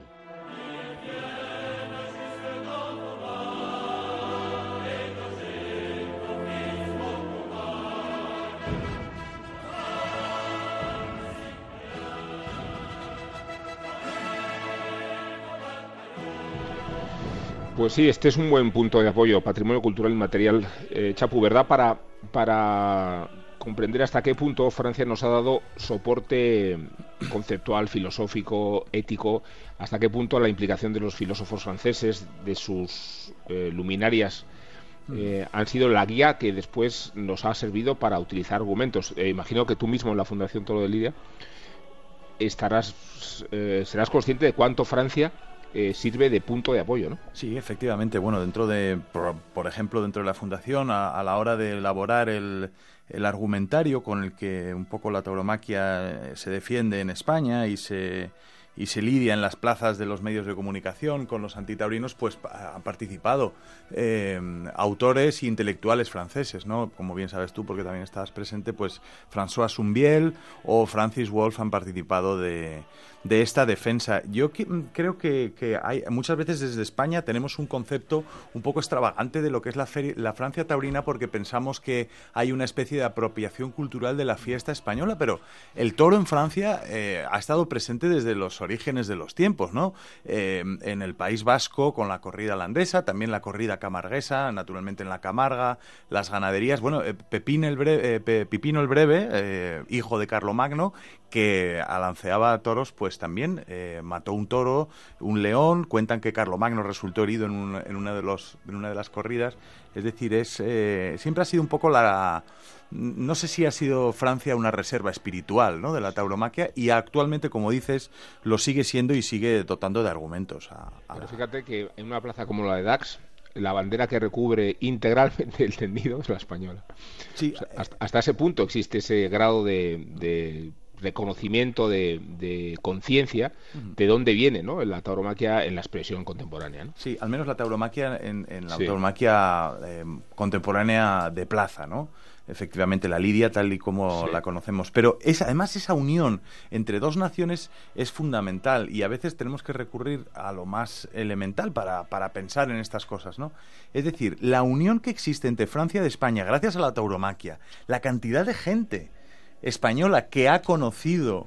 Pues sí, este es un buen punto de apoyo, patrimonio cultural inmaterial, Chapu, ¿verdad? Para comprender hasta qué punto Francia nos ha dado soporte conceptual, filosófico, ético, hasta qué punto la implicación de los filósofos franceses, de sus luminarias, han sido la guía que después nos ha servido para utilizar argumentos. Imagino que tú mismo en la Fundación Toro de Lidia serás consciente de cuánto Francia sirve de punto de apoyo, ¿no? Sí, efectivamente. Bueno, por ejemplo, dentro de la Fundación, a la hora de elaborar el argumentario con el que un poco la tauromaquia se defiende en España y se lidia en las plazas de los medios de comunicación con los antitaurinos, pues han participado autores e intelectuales franceses, ¿no? Como bien sabes tú, porque también estabas presente, pues François Zumbiel o Francis Wolff han participado de esta defensa. Yo creo que hay muchas veces desde España tenemos un concepto un poco extravagante de lo que es la Francia taurina, porque pensamos que hay una especie de apropiación cultural de la fiesta española, pero el toro en Francia ha estado presente desde los orígenes de los tiempos, ¿no? En el País Vasco con la corrida landesa, también la corrida camarguesa, naturalmente en la Camarga, las ganaderías. Bueno, Pipino el Breve, hijo de Carlomagno, que alanceaba toros, pues también mató un toro, un león. Cuentan que Carlomagno resultó herido en una de las corridas. Es decir, siempre ha sido un poco no sé si ha sido Francia una reserva espiritual, ¿no?, de la tauromaquia, y actualmente, como dices, lo sigue siendo y sigue dotando de argumentos. Pero fíjate que en una plaza como la de Dax, la bandera que recubre integralmente el tendido es la española. Sí. O sea, hasta ese punto existe ese grado de reconocimiento, de conciencia de dónde viene, ¿no?, la tauromaquia en la expresión contemporánea, ¿no? Sí, al menos la tauromaquia en la tauromaquia contemporánea de plaza, ¿no? Efectivamente, la lidia tal y como la conocemos. Pero además esa unión entre dos naciones es fundamental, y a veces tenemos que recurrir a lo más elemental para pensar en estas cosas, ¿no? Es decir, la unión que existe entre Francia y España gracias a la tauromaquia, la cantidad de gente española que ha conocido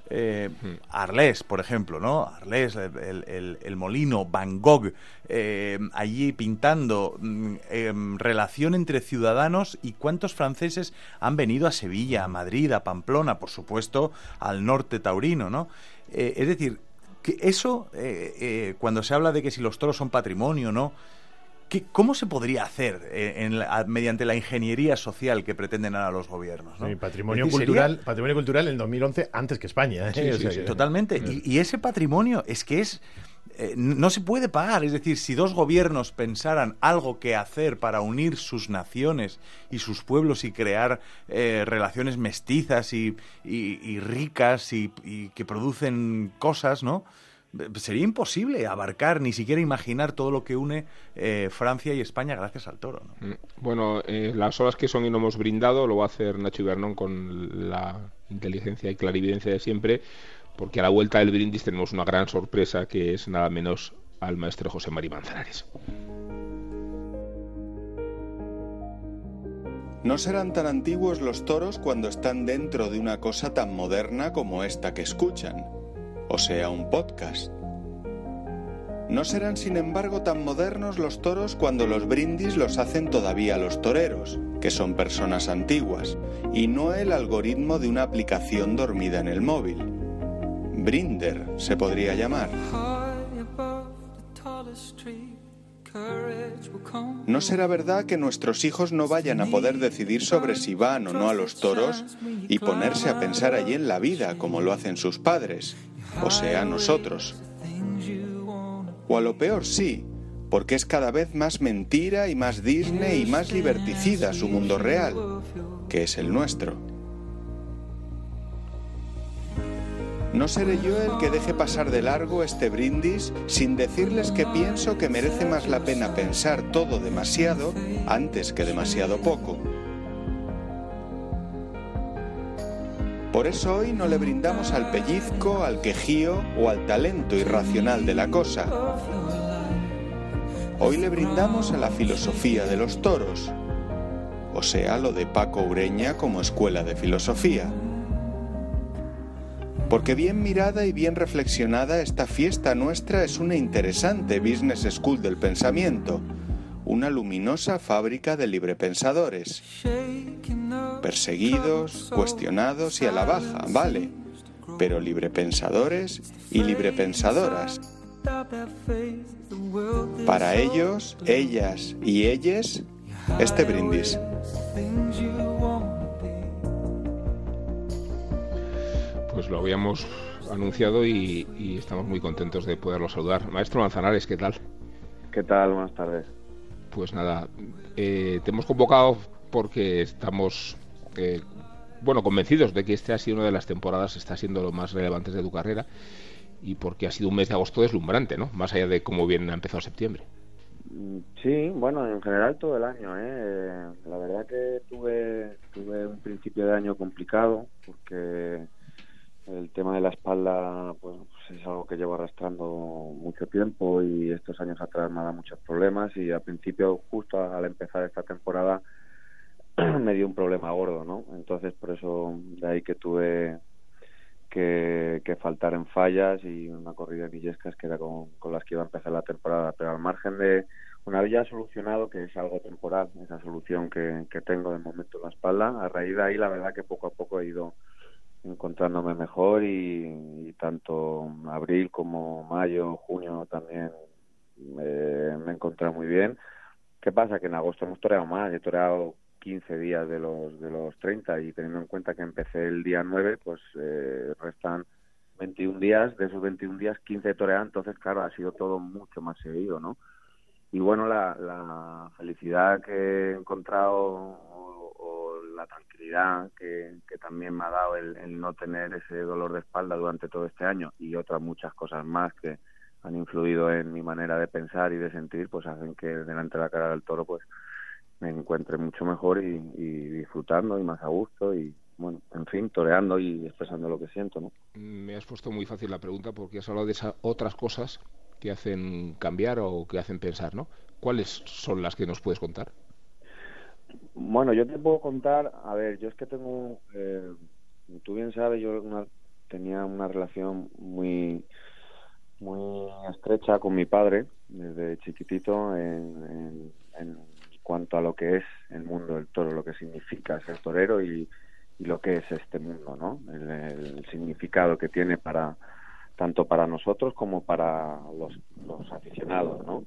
Arles, por ejemplo, ¿no? Arles, el molino, Van Gogh, allí pintando, relación entre ciudadanos, y cuántos franceses han venido a Sevilla, a Madrid, a Pamplona, por supuesto, al norte taurino, ¿no? Es decir, que eso, cuando se habla de que si los toros son patrimonio, ¿no?, ¿cómo se podría hacer mediante la ingeniería social que pretenden ahora los gobiernos, ¿no? Sí, patrimonio cultural en 2011 antes que España, ¿eh? Sí, totalmente. Y ese patrimonio no se puede pagar. Es decir, si dos gobiernos pensaran algo que hacer para unir sus naciones y sus pueblos y crear relaciones mestizas y ricas y que producen cosas, ¿no?, sería imposible abarcar, ni siquiera imaginar todo lo que une Francia y España gracias al toro, ¿no? Bueno, las horas que son y no hemos brindado lo va a hacer Nacho Ibernón con la inteligencia y clarividencia de siempre, porque a la vuelta del brindis tenemos una gran sorpresa, que es nada menos al maestro José Mari Manzanares. No serán tan antiguos los toros cuando están dentro de una cosa tan moderna como esta que escuchan, o sea, un podcast. No serán, sin embargo, tan modernos los toros cuando los brindis los hacen todavía los toreros, que son personas antiguas, y no el algoritmo de una aplicación dormida en el móvil. Brinder se podría llamar. ¿No será verdad que nuestros hijos no vayan a poder decidir sobre si van o no a los toros y ponerse a pensar allí en la vida como lo hacen sus padres, o sea, nosotros? O a lo peor sí, porque es cada vez más mentira y más Disney y más liberticida su mundo real, que es el nuestro. No seré yo el que deje pasar de largo este brindis sin decirles que pienso que merece más la pena pensar todo demasiado antes que demasiado poco. Por eso hoy no le brindamos al pellizco, al quejío o al talento irracional de la cosa. Hoy le brindamos a la filosofía de los toros, o sea, lo de Paco Ureña como escuela de filosofía. Porque bien mirada y bien reflexionada, esta fiesta nuestra es una interesante business school del pensamiento, una luminosa fábrica de librepensadores, perseguidos, cuestionados y a la baja, vale, pero librepensadores y librepensadoras. Para ellos, ellas y ellas, este brindis. Pues lo habíamos anunciado y estamos muy contentos de poderlo saludar. Maestro Manzanares, ¿qué tal? ¿Qué tal? Buenas tardes. Pues nada, te hemos convocado porque estamos convencidos de que este ha sido una de las temporadas, está siendo lo más relevantes de tu carrera, y porque ha sido un mes de agosto deslumbrante, ¿no? Más allá de cómo bien ha empezado septiembre. Sí, bueno, en general todo el año, La verdad que tuve un principio de año complicado porque el tema de la espalda pues es algo que llevo arrastrando mucho tiempo y estos años atrás me ha dado muchos problemas, y al principio, justo al empezar esta temporada, me dio un problema gordo, ¿no? Entonces por eso de ahí que tuve que faltar en fallas y una corrida de Illescas que era con las que iba a empezar la temporada, pero al margen de una vez ya solucionado, que es algo temporal, esa solución que tengo de momento en la espalda, a raíz de ahí la verdad que poco a poco he ido encontrándome mejor y tanto abril como mayo, junio también me he encontrado muy bien. ¿Qué pasa? Que en agosto hemos toreado más, he toreado 15 días de los 30, y teniendo en cuenta que empecé el día 9, pues restan 21 días, de esos 21 días 15 toreadas, entonces claro, ha sido todo mucho más seguido, ¿no? Y bueno, la felicidad que he encontrado o la tranquilidad que también me ha dado el no tener ese dolor de espalda durante todo este año, y otras muchas cosas más que han influido en mi manera de pensar y de sentir, pues hacen que delante de la cara del toro pues me encuentre mucho mejor y disfrutando y más a gusto y, bueno, en fin, toreando y expresando lo que siento, ¿no? Me has puesto muy fácil la pregunta porque has hablado de esas otras cosas que hacen cambiar o que hacen pensar, ¿no? ¿Cuáles son las que nos puedes contar? Bueno, yo te puedo contar, a ver, yo es que tengo, tú bien sabes, yo tenía una relación muy estrecha con mi padre desde chiquitito en cuanto a lo que es el mundo del toro, lo que significa ser torero y lo que es este mundo, ¿no? El significado que tiene tanto para nosotros como para los aficionados, ¿no?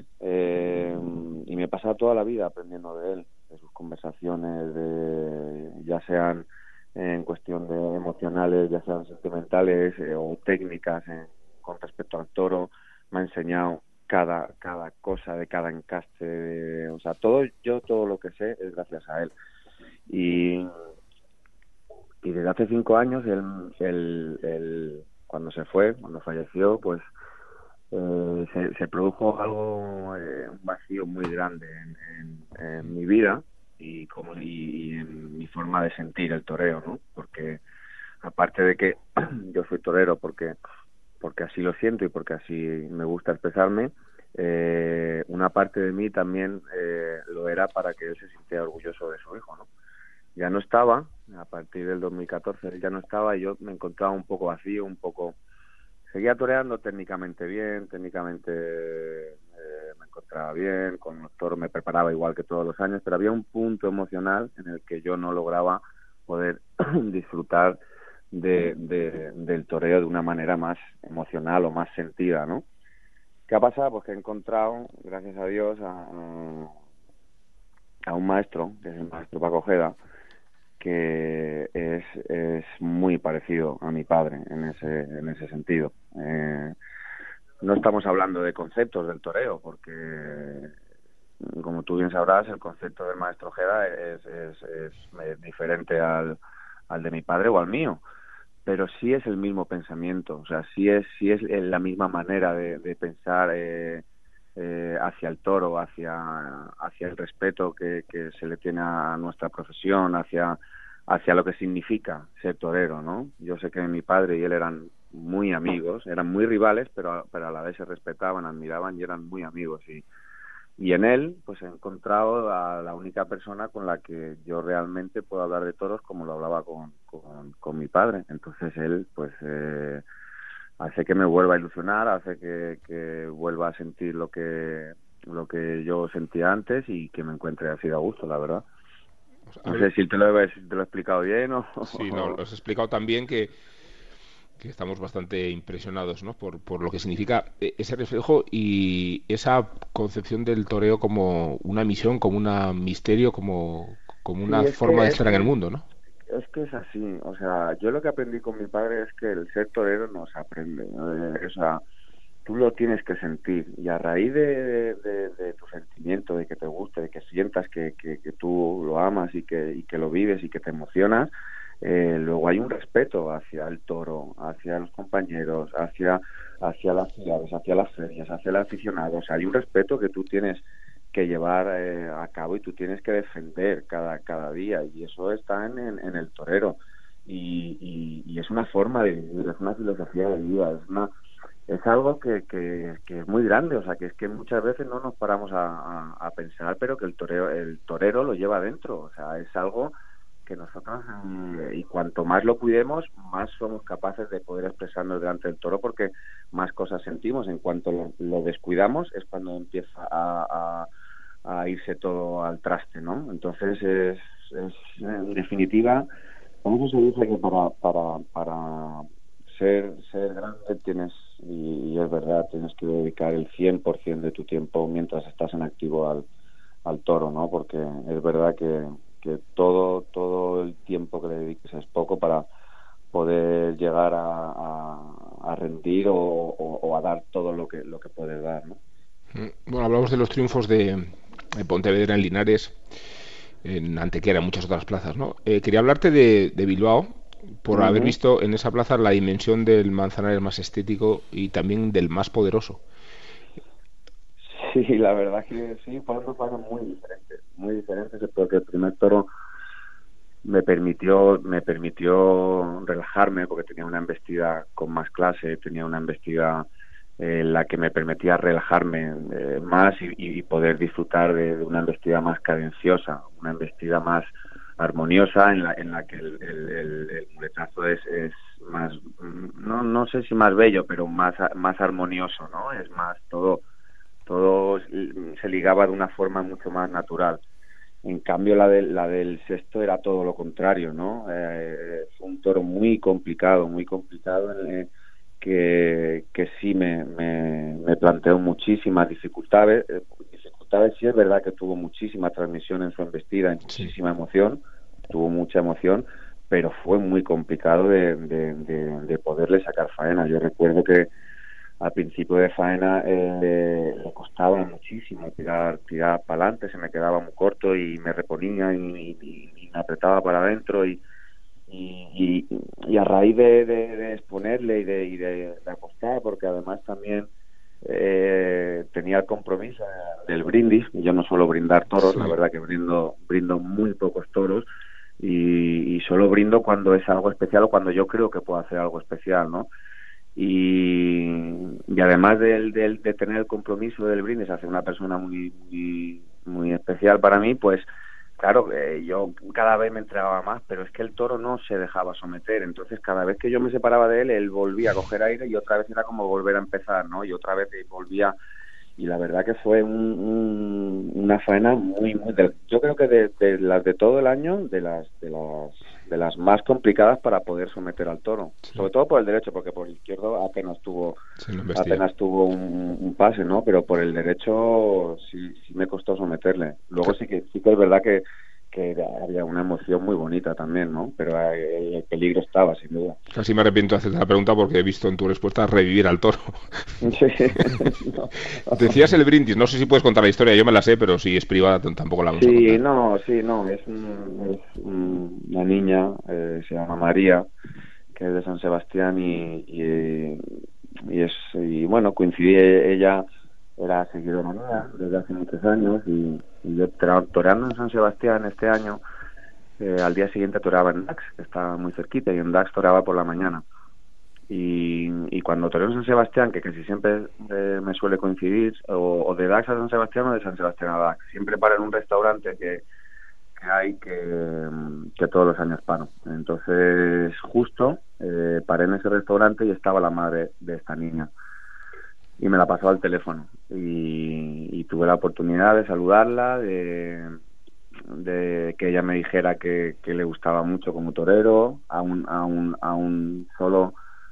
Y me he pasado toda la vida aprendiendo de él, de sus conversaciones, ya sean en cuestión de emocionales, ya sean sentimentales o técnicas con respecto al toro. Me ha enseñado cada cosa de cada encaste, o sea, todo lo que sé es gracias a él. Y desde hace 5 años, él cuando falleció, pues se produjo algo, un vacío muy grande en mi vida y en mi forma de sentir el toreo, ¿no? Porque aparte de que yo soy torero porque así lo siento y porque así me gusta expresarme, una parte de mí también lo era para que él se sintiera orgulloso de su hijo, ¿no? Ya no estaba, a partir del 2014 él ya no estaba, y yo me encontraba un poco vacío, seguía toreando técnicamente bien, me encontraba bien, con los toros me preparaba igual que todos los años, pero había un punto emocional en el que yo no lograba poder disfrutar del toreo de una manera más emocional o más sentida, ¿no? ¿Qué ha pasado? Pues que he encontrado, gracias a Dios, a un maestro, que es el maestro Paco Ojeda, que es muy parecido a mi padre en ese sentido. No estamos hablando de conceptos del toreo, porque como tú bien sabrás, el concepto del maestro Ojeda es diferente al de mi padre o al mío, pero sí es el mismo pensamiento, o sea, sí es la misma manera de pensar hacia el toro, hacia el respeto que se le tiene a nuestra profesión, hacia lo que significa ser torero, ¿no? Yo sé que mi padre y él eran muy amigos, eran muy rivales, pero a la vez se respetaban, admiraban y eran muy amigos, y en él pues he encontrado a la única persona con la que yo realmente puedo hablar de toros como lo hablaba con mi padre. Entonces él pues hace que me vuelva a ilusionar, hace que vuelva a sentir lo que yo sentía antes y que me encuentre así de a gusto, la verdad. No sé si te lo he explicado bien o... Sí, no, lo has explicado tan bien que que estamos bastante impresionados, ¿no? Por lo que significa ese reflejo y esa concepción del toreo como una misión, como un misterio, como una forma de estar en el mundo, ¿no? Es que es así, o sea, yo lo que aprendí con mi padre es que el ser torero no se aprende, o sea, tú lo tienes que sentir, y a raíz de tu sentimiento, de que te guste, de que sientas que tú lo amas y que lo vives y que te emocionas, luego hay un respeto hacia el toro, hacia los compañeros, hacia las ciudades, hacia las ferias, hacia el aficionado. O sea, hay un respeto que tú tienes que llevar a cabo y tú tienes que defender cada día, y eso está en el torero, y es una forma de vivir, es una filosofía de vida, es algo que es muy grande. O sea, que es que muchas veces no nos paramos a pensar, pero que el torero lo lleva dentro. O sea, es algo que nosotros, y cuanto más lo cuidemos, más somos capaces de poder expresarnos delante del toro, porque más cosas sentimos. En cuanto lo descuidamos es cuando empieza a irse todo al traste, ¿no? Entonces es en definitiva, como se dice, que para ser grande tienes, y es verdad, tienes que dedicar el 100% de tu tiempo mientras estás en activo al toro, ¿no? Porque es verdad que todo el tiempo que le dediques es poco para poder llegar a rendir o a dar todo lo que puedes dar, ¿no? Bueno, hablamos de los triunfos de Pontevedra, en Linares, en Antequera, en muchas otras plazas, ¿no? Quería hablarte de Bilbao, por haber visto en esa plaza la dimensión del Manzanares más estético y también del más poderoso. Sí, la verdad que sí, fueron dos cosas muy diferentes, porque el primer toro me permitió relajarme, porque tenía una embestida con más clase, tenía una embestida la que me permitía relajarme más y poder disfrutar de una embestida más cadenciosa, una embestida más armoniosa, en la que el muletazo es más, no sé si más bello, pero más armonioso, ¿no? Es más, todo se ligaba de una forma mucho más natural. En cambio, la del sexto era todo lo contrario, ¿no? Fue un toro muy complicado, que sí me planteó muchísimas dificultades. Sí, es verdad que tuvo muchísima transmisión en su embestida, muchísima emoción, tuvo mucha emoción, pero fue muy complicado de poderle sacar faena. Yo recuerdo que al principio de faena le costaba muchísimo tirar para adelante, se me quedaba muy corto y me reponía y me apretaba para adentro, y a raíz de exponerle y de apostar, porque además también tenía el compromiso del brindis. Yo no suelo brindar toros, la verdad que brindo muy pocos toros, y solo brindo cuando es algo especial o cuando yo creo que puedo hacer algo especial, ¿no? Y además de tener el compromiso del brindis hacia una persona muy especial para mí, pues claro, yo cada vez me entregaba más, pero es que el toro no se dejaba someter. Entonces cada vez que yo me separaba de él volvía a coger aire, y otra vez era como volver a empezar, ¿no? Y otra vez volvía, y la verdad que fue una faena muy yo creo que de las de todo el año, de las más complicadas para poder someter al toro, sobre todo por el derecho, porque por el izquierdo apenas tuvo un pase, ¿no? Pero por el derecho sí me costó someterle. Luego sí que es verdad que había una emoción muy bonita también, ¿no? Pero el peligro estaba, sin duda. Casi me arrepiento de hacerte la pregunta, porque he visto en tu respuesta revivir al toro. Sí. No. Decías el brindis, no sé si puedes contar la historia, yo me la sé, pero si es privada tampoco la vamos a contar. Es una niña, se llama María, que es de San Sebastián, y bueno, coincidí, ella era seguidora mía desde hace muchos años, y yo toreando en San Sebastián este año, al día siguiente toreaba en Dax, que estaba muy cerquita, y en Dax toreaba por la mañana. Y cuando toreo en San Sebastián, que casi siempre me suele coincidir, o de Dax a San Sebastián o de San Sebastián a Dax, siempre paro en un restaurante que hay que todos los años paro. Entonces justo paré en ese restaurante y estaba la madre de esta niña, y me la pasó al teléfono, y tuve la oportunidad de saludarla, de que ella me dijera que le gustaba mucho como torero, aún solo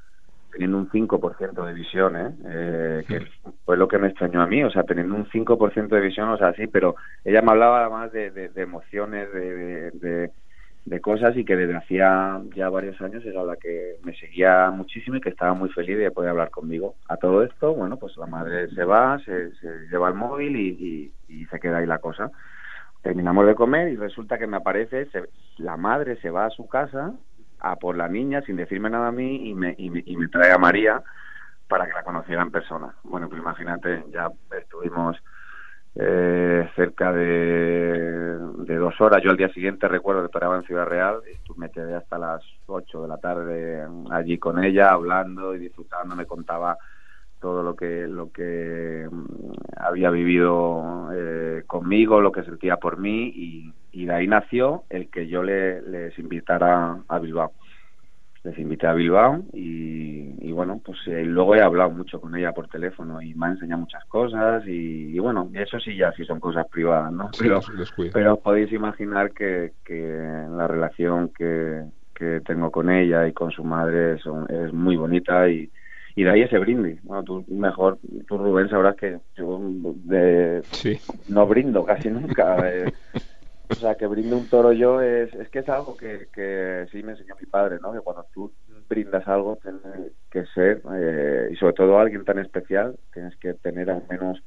teniendo un 5% de visión, que fue lo que me extrañó a mí, o sea, teniendo un 5% de visión, o sea, sí, pero ella me hablaba además de emociones, de cosas, y que desde hacía ya varios años era la que me seguía muchísimo y que estaba muy feliz de poder hablar conmigo. A todo esto, bueno, pues la madre se va, se lleva el móvil y se queda ahí la cosa. Terminamos de comer y resulta que me aparece, la madre se va a su casa a por la niña sin decirme nada a mí y me trae a María para que la conociera en persona. Bueno, pues imagínate, ya estuvimos cerca de 2 horas. Yo al día siguiente recuerdo que toreaba en Ciudad Real y me quedé hasta las 8 de la tarde allí con ella, hablando y disfrutando. Me contaba todo lo que había vivido conmigo, lo que sentía por mí, y de ahí nació el que yo les invitara a Bilbao. Les invité a Bilbao y bueno, pues luego he hablado mucho con ella por teléfono y me ha enseñado muchas cosas y bueno, eso sí ya sí son cosas privadas, ¿no? Sí, pero podéis imaginar que la relación que tengo con ella y con su madre es muy bonita y de ahí ese brindis. Bueno, tú Rubén, sabrás que yo no brindo casi nunca. O sea, que brinde un toro yo es que es algo que sí me enseñó mi padre, ¿no? Que cuando tú brindas algo tiene que ser, y sobre todo a alguien tan especial, tienes que tener al menos,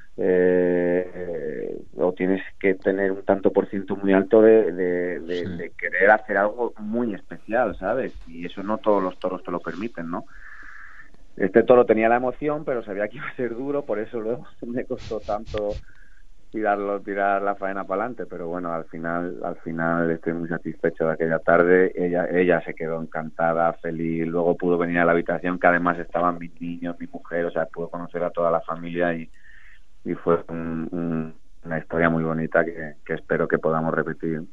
o tienes que tener un tanto por ciento muy alto de querer hacer algo muy especial, ¿sabes? Y eso no todos los toros te lo permiten, ¿no? Este toro tenía la emoción, pero sabía que iba a ser duro, por eso luego me costó tanto tirar la faena para adelante, pero bueno, al final estoy muy satisfecho de aquella tarde. Ella se quedó encantada, feliz, luego pudo venir a la habitación, que además estaban mis niños, mi mujer, o sea, pudo conocer a toda la familia y fue una historia muy bonita que espero que podamos repetir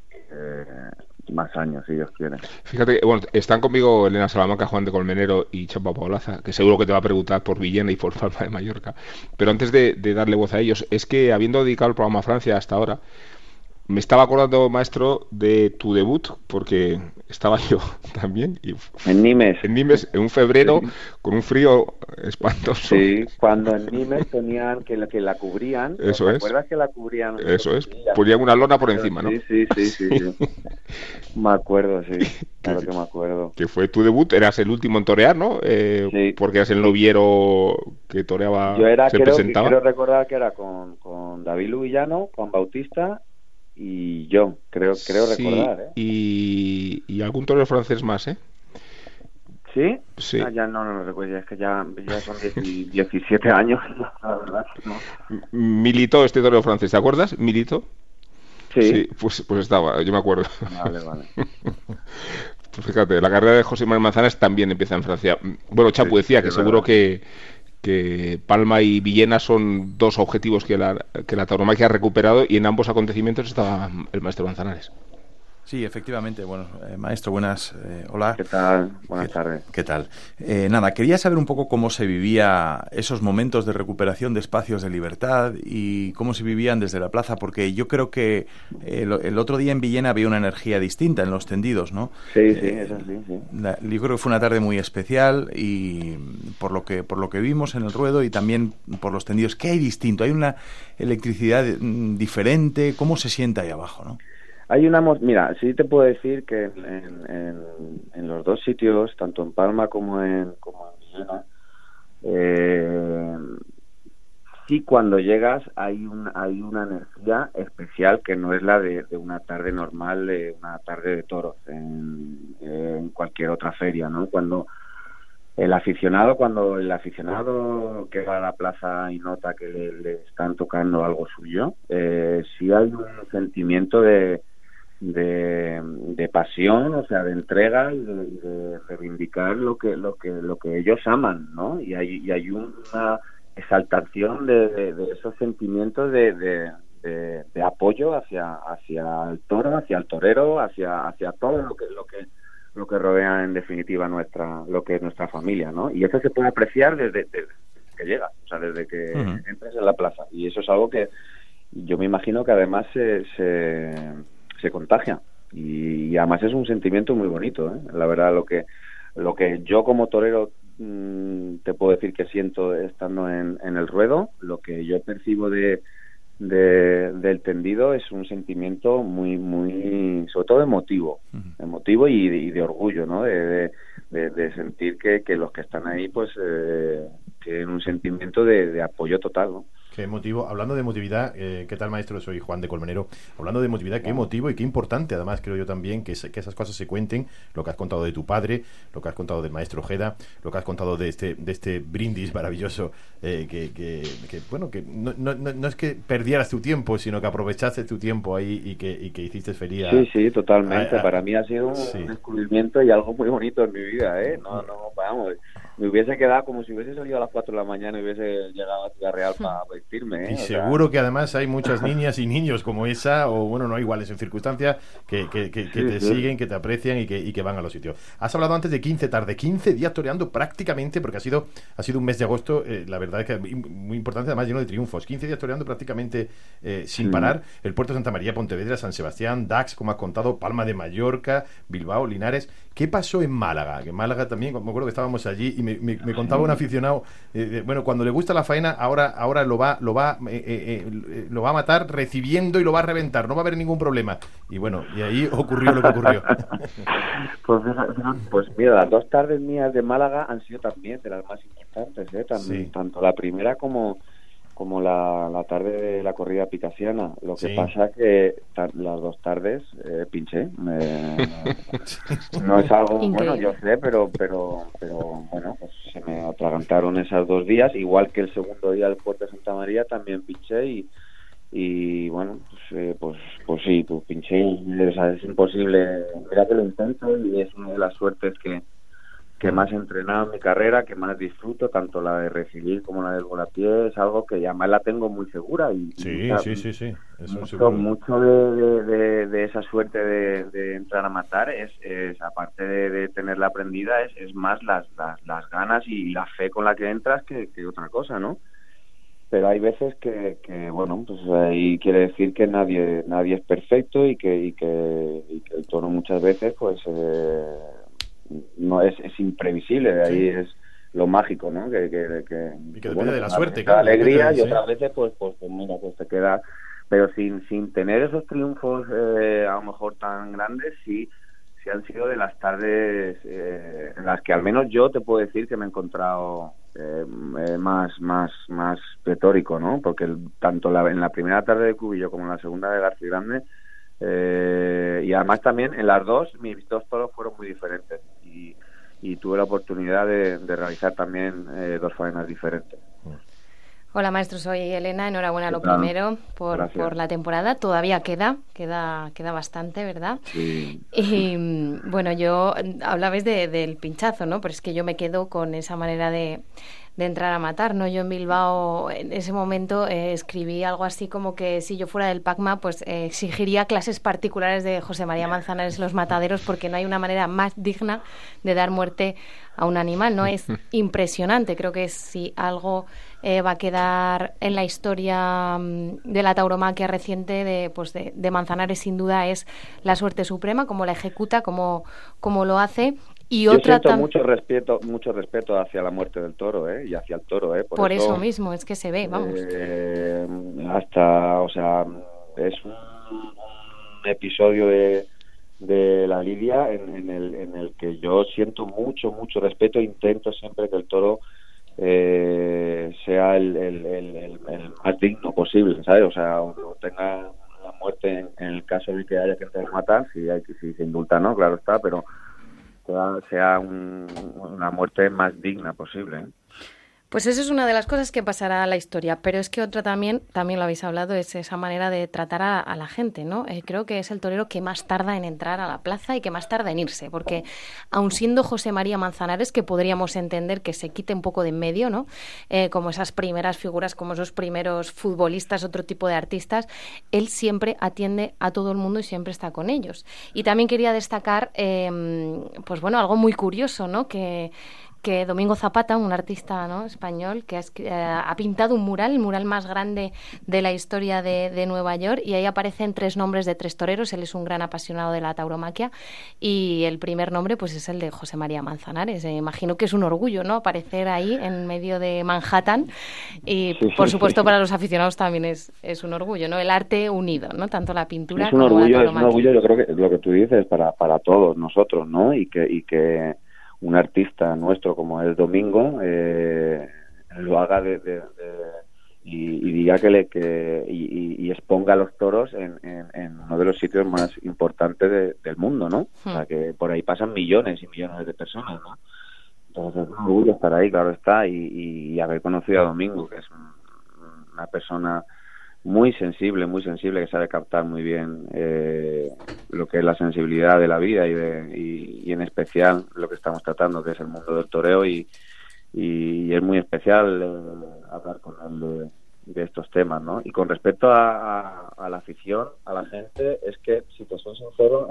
más años, si Dios quiere. Fíjate, bueno, están conmigo Elena Salamanca, Juan de Colmenero y Chapa Paolaza, que seguro que te va a preguntar por Villena y por Palma de Mallorca. Pero antes de darle voz a ellos, es que habiendo dedicado el programa a Francia hasta ahora, me estaba acordando, maestro, de tu debut, porque estaba yo también. En Nimes. En Nimes, en un febrero, sí, con un frío espantoso. Sí, cuando en Nimes tenían que la cubrían. Eso ¿te es. acuerdas que la cubrían? Eso es. Ponían una lona por encima, ¿no? Sí. Me acuerdo, sí. Claro que me acuerdo. Que fue tu debut, eras el último en torear, ¿no? Sí. Porque eras el noviero que toreaba, yo presentaba. Quiero recordar que era con David Luillano, Juan Bautista y yo, creo recordar, ¿eh? Y algún torero francés más, ¿eh? ¿Sí? Sí. Ya no lo recuerdo, es que ya son 17 años, la verdad. ¿No? Militó este torero francés, ¿te acuerdas? Militó. Sí. Pues estaba, yo me acuerdo. Vale. Pues fíjate, la carrera de José Manuel Manzanares también empieza en Francia. Bueno, Chapu decía que seguro que Palma y Villena son dos objetivos que la tauromaquia ha recuperado, y en ambos acontecimientos estaba el maestro Manzanares. Sí, efectivamente. Bueno, maestro, buenas. Hola. ¿Qué tal? Buenas tardes. ¿Qué tal? Nada, quería saber un poco cómo se vivía esos momentos de recuperación de espacios de libertad y cómo se vivían desde la plaza, porque yo creo que el otro día en Villena había una energía distinta en los tendidos, ¿no? Sí, eso sí. Yo creo que fue una tarde muy especial, y por lo que vimos en el ruedo y también por los tendidos, ¿qué hay distinto? ¿Hay una electricidad diferente? ¿Cómo se siente ahí abajo, no? Mira, sí te puedo decir que en los dos sitios, tanto en Palma como en Villena, sí, cuando llegas hay una energía especial que no es la de una tarde normal, de una tarde de toros en cualquier otra feria, ¿no? Cuando el aficionado que va a la plaza y nota que le están tocando algo suyo, sí hay un sentimiento de pasión, o sea, de entrega y de reivindicar lo que ellos aman, ¿no? Y hay una exaltación de esos sentimientos de apoyo hacia el toro, hacia el torero, hacia todo lo que rodea en definitiva lo que es nuestra familia, ¿no? Y eso se puede apreciar desde que llegas, o sea, desde que entras en la plaza, y eso es algo que yo me imagino que además se contagia, y además es un sentimiento muy bonito, ¿eh? La verdad, lo que yo como torero te puedo decir que siento estando en el ruedo. Lo que yo percibo del tendido es un sentimiento muy, muy, sobre todo emotivo y de orgullo, ¿no? De sentir que los que están ahí, pues, tienen un sentimiento de apoyo total, ¿no? Qué emotivo. Hablando de emotividad, ¿qué tal, maestro? Soy Juan de Colmenero. Hablando de emotividad, qué emotivo y qué importante, además, creo yo también, que esas cosas se cuenten. Lo que has contado de tu padre, lo que has contado del maestro Ojeda, lo que has contado de este brindis maravilloso, que no es que perdieras tu tiempo, sino que aprovechaste tu tiempo ahí y que hiciste feliz. Sí, totalmente. Para mí ha sido un descubrimiento y algo muy bonito en mi vida, ¿eh? No, vamos, me hubiese quedado como si hubiese salido a las 4 de la mañana y hubiese llegado a Ciudad Real para vestirme, ¿eh? Y seguro que además hay muchas niñas y niños como esa, o bueno, no iguales en circunstancias, que te siguen, que te aprecian y que van a los sitios. Has hablado antes de 15 días toreando prácticamente, porque ha sido un mes de agosto, la verdad es que muy importante, además lleno de triunfos. 15 días toreando prácticamente sin parar. El Puerto de Santa María, Pontevedra, San Sebastián, Dax, como has contado, Palma de Mallorca, Bilbao, Linares. ¿Qué pasó en Málaga? Que en Málaga también, me acuerdo que estábamos allí y me contaba un aficionado, bueno, cuando le gusta la faena, ahora lo va a matar recibiendo y lo va a reventar, no va a haber ningún problema. Y bueno, y ahí ocurrió lo que ocurrió. Pues mira, las 2 tardes mías de Málaga han sido también de las más importantes, tanto la primera como la tarde de la corrida picasiana. Lo que pasa que las 2 tardes pinché. No es algo bueno, yo sé, pero bueno, pues se me atragantaron esos 2 días, igual que el segundo día del Puerto de Santa María también pinché y bueno, pues sí, pues pinché y es imposible. Mira que lo intento y es una de las suertes que más he entrenado en mi carrera, que más disfruto, tanto la de recibir como la del volapié. Es algo que además la tengo muy segura. Sí. Mucho de esa suerte de entrar a matar es aparte de tenerla aprendida, es más las ganas y la fe con la que entras que otra cosa, ¿no? Pero hay veces que bueno, pues ahí quiere decir que nadie es perfecto y que el toro muchas veces pues no es imprevisible. De ahí es lo mágico, ¿no? Que depende bueno, de la suerte, claro, alegría y otras veces pues mira, pues te queda, pero sin tener esos triunfos a lo mejor tan grandes. Sí han sido de las tardes en las que al menos yo te puedo decir que me he encontrado más pletórico, ¿no? Porque tanto en la primera tarde de Cubillo como en la segunda de García Grande, y además también en las 2 mis 2 toros fueron muy diferentes y tuve la oportunidad de realizar también 2 faenas diferentes. Hola, maestro, soy Elena. Enhorabuena lo primero por la temporada. Todavía queda bastante, ¿verdad? Sí. Y bueno, yo hablabais del pinchazo, ¿no? Pero es que yo me quedo con esa manera de entrar a matar, ¿no? Yo en Bilbao en ese momento escribí algo así como que si yo fuera del PACMA pues exigiría clases particulares de José María Manzanares en los mataderos, porque no hay una manera más digna de dar muerte a un animal, ¿no? Es impresionante. Creo que si algo va a quedar en la historia de la tauromaquia reciente de Manzanares, sin duda es la suerte suprema, cómo la ejecuta, cómo lo hace. Y yo siento mucho respeto hacia la muerte del toro, y hacia el toro, por eso mismo es que se ve, vamos. O sea, es un episodio de la lidia en el que yo siento mucho respeto. Intento siempre que el toro sea el más digno posible, ¿sabes? O sea, o tenga la muerte en el caso de que haya que matar, si se indulta, ¿no? Claro está, pero sea una muerte más digna posible. Pues eso es una de las cosas que pasará a la historia, pero es que otra también lo habéis hablado, es esa manera de tratar a la gente, ¿no? Creo que es el torero que más tarda en entrar a la plaza y que más tarda en irse, porque aun siendo José María Manzanares, que podríamos entender que se quite un poco de en medio, ¿no? Como esas primeras figuras, como esos primeros futbolistas, otro tipo de artistas, él siempre atiende a todo el mundo y siempre está con ellos. Y también quería destacar, pues bueno, algo muy curioso, ¿no? Que que Domingo Zapata, un artista, ¿no?, español, que ha pintado un mural, el mural más grande de la historia de Nueva York, y ahí aparecen 3 nombres de 3 toreros. Él es un gran apasionado de la tauromaquia y el primer nombre pues es el de José María Manzanares. Imagino que es un orgullo, ¿no?, aparecer ahí en medio de Manhattan, y por supuesto para los aficionados también es un orgullo, ¿no?, el arte unido, ¿no?, tanto la pintura como la tauromaquia. Es un orgullo, yo creo que lo que tú dices para todos nosotros, ¿no?, y que un artista nuestro como es Domingo lo haga y diga y exponga a los toros en uno de los sitios más importantes del mundo, ¿no? O sea, que por ahí pasan millones y millones de personas, ¿no? Entonces es un orgullo estar ahí, claro está, y haber conocido a Domingo, que es una persona muy sensible, que sabe captar muy bien lo que es la sensibilidad de la vida y en especial lo que estamos tratando, que es el mundo del toreo, y es muy especial hablar con él de estos temas, ¿no? Y con respecto a la afición, a la gente, es que, si te soy sincero,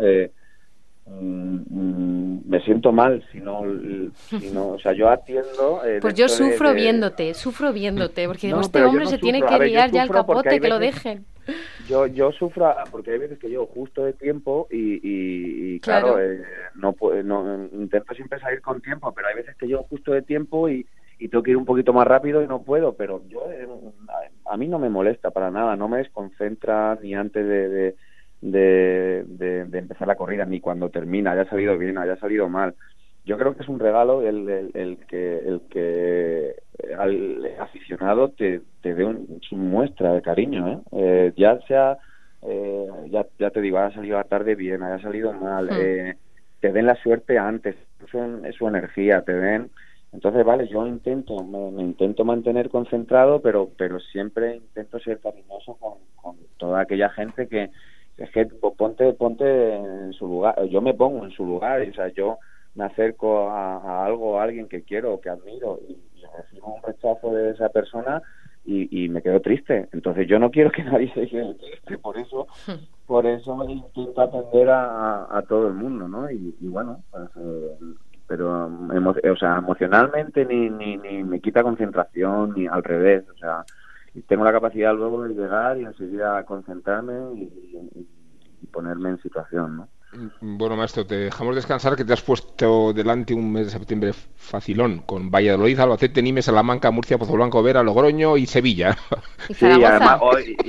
me siento mal si no, o sea, yo atiendo pues yo sufro viéndote, porque digo, este hombre se tiene que liar ya el capote, que lo dejen. Yo sufro porque hay veces que llego justo de tiempo y claro, no intento siempre salir con tiempo, pero hay veces que llego justo de tiempo y tengo que ir un poquito más rápido y no puedo, pero a mí no me molesta para nada, no me desconcentra ni antes de empezar la corrida, ni cuando termina, haya salido bien, haya salido mal. Yo creo que es un regalo el que al aficionado te dé su muestra de cariño, ya sea ya te digo, haya salido tarde bien, haya salido mal, te den la suerte antes, es su energía, te den. Entonces, vale, yo me intento mantener concentrado, pero siempre intento ser cariñoso con toda aquella gente que es que ponte en su lugar. Yo me pongo en su lugar, o sea, yo me acerco a alguien que quiero o que admiro y recibo un rechazo de esa persona y me quedo triste. Entonces yo no quiero que nadie se quede triste, por eso intento atender a todo el mundo, ¿no? Y bueno, pues, pero emocionalmente ni me quita concentración, ni al revés, o sea, tengo la capacidad luego de llegar y enseguida concentrarme y ponerme en situación, ¿no? Bueno, maestro, te dejamos descansar, que te has puesto delante un mes de septiembre facilón, con Valladolid, Albacete, Nimes, Salamanca, Murcia, Pozo Blanco, Vera, Logroño y Sevilla. Sí, además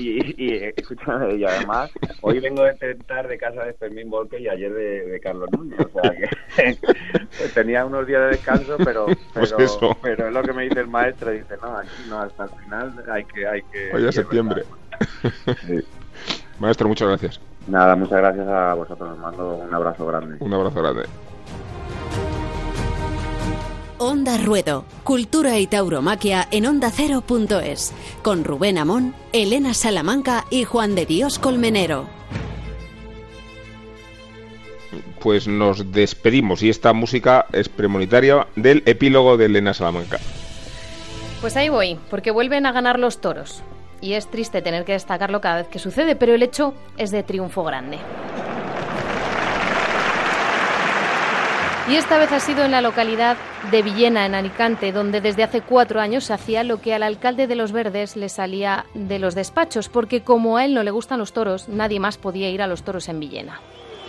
y además hoy vengo de tentar de casa de Fermín Volque y ayer de Carlos Núñez, o sea que tenía unos días de descanso, pero es lo que me dice el maestro, dice, no, aquí no, hasta el final hay que hoy es septiembre. Sí. Maestro, muchas gracias. Nada, muchas gracias a vosotros. Os mando un abrazo grande. Un abrazo grande. Onda Ruedo, cultura y tauromaquia en ondacero.es, con Rubén Amón, Elena Salamanca y Juan de Dios Colmenero. Pues nos despedimos y esta música es premonitoria del epílogo de Elena Salamanca. Pues ahí voy, porque vuelven a ganar los toros. Y es triste tener que destacarlo cada vez que sucede, pero el hecho es de triunfo grande. Y esta vez ha sido en la localidad de Villena, en Alicante, donde desde hace 4 años se hacía lo que al alcalde de Los Verdes le salía de los despachos, porque como a él no le gustan los toros, nadie más podía ir a los toros en Villena.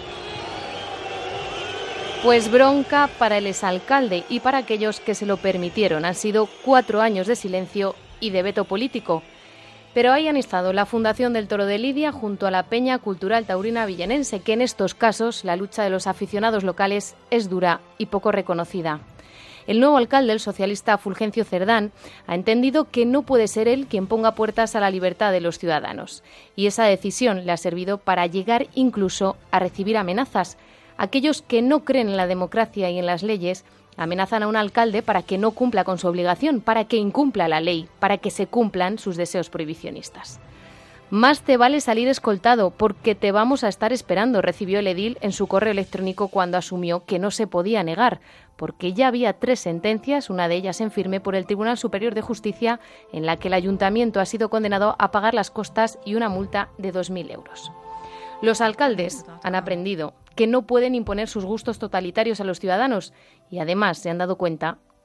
Pues bronca para el exalcalde y para aquellos que se lo permitieron. Han sido 4 años de silencio y de veto político. Pero ahí han estado la Fundación del Toro de Lidia junto a la Peña Cultural Taurina Villenense, que en estos casos la lucha de los aficionados locales es dura y poco reconocida. El nuevo alcalde, el socialista Fulgencio Cerdán, ha entendido que no puede ser él quien ponga puertas a la libertad de los ciudadanos. Y esa decisión le ha servido para llegar incluso a recibir amenazas. Aquellos que no creen en la democracia y en las leyes amenazan a un alcalde para que no cumpla con su obligación, para que incumpla la ley, para que se cumplan sus deseos prohibicionistas. Más te vale salir escoltado, porque te vamos a estar esperando, recibió el edil en su correo electrónico cuando asumió que no se podía negar, porque ya había 3 sentencias, una de ellas en firme por el Tribunal Superior de Justicia, en la que el ayuntamiento ha sido condenado a pagar las costas y una multa de 2.000 euros. Los alcaldes han aprendido que no pueden imponer sus gustos totalitarios a los ciudadanos y además se han dado cuenta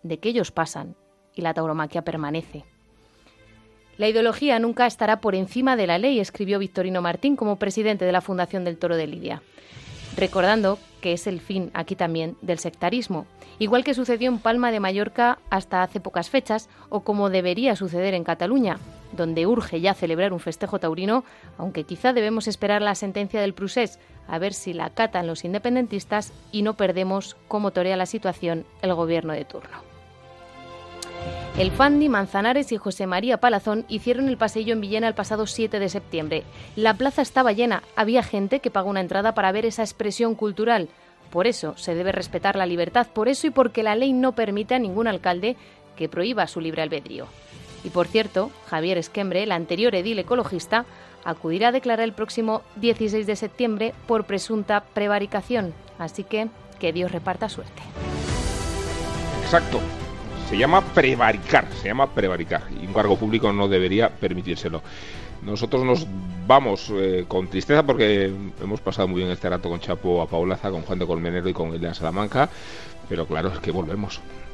de que ellos pasan y la tauromaquia permanece. La ideología nunca estará por encima de la ley, escribió Victorino Martín como presidente de la Fundación del Toro de Lidia, recordando que es el fin aquí también del sectarismo, igual que sucedió en Palma de Mallorca hasta hace pocas fechas, o como debería suceder en Cataluña, donde urge ya celebrar un festejo taurino, aunque quizá debemos esperar la sentencia del Procés, a ver si la acatan los independentistas y no perdemos cómo torea la situación el gobierno de turno. El Fandi, Manzanares y José María Palazón hicieron el paseillo en Villena el pasado 7 de septiembre. La plaza estaba llena, había gente que pagó una entrada para ver esa expresión cultural. Por eso se debe respetar la libertad, por eso y porque la ley no permite a ningún alcalde que prohíba su libre albedrío. Y por cierto, Javier Esquembre, el anterior edil ecologista, acudirá a declarar el próximo 16 de septiembre por presunta prevaricación. Así que Dios reparta suerte. Exacto. Se llama prevaricar. Y un cargo público no debería permitírselo. Nosotros nos vamos con tristeza porque hemos pasado muy bien este rato con Chapo Apaolaza, con Juan de Colmenero y con Elena Salamanca. Pero claro, es que volvemos.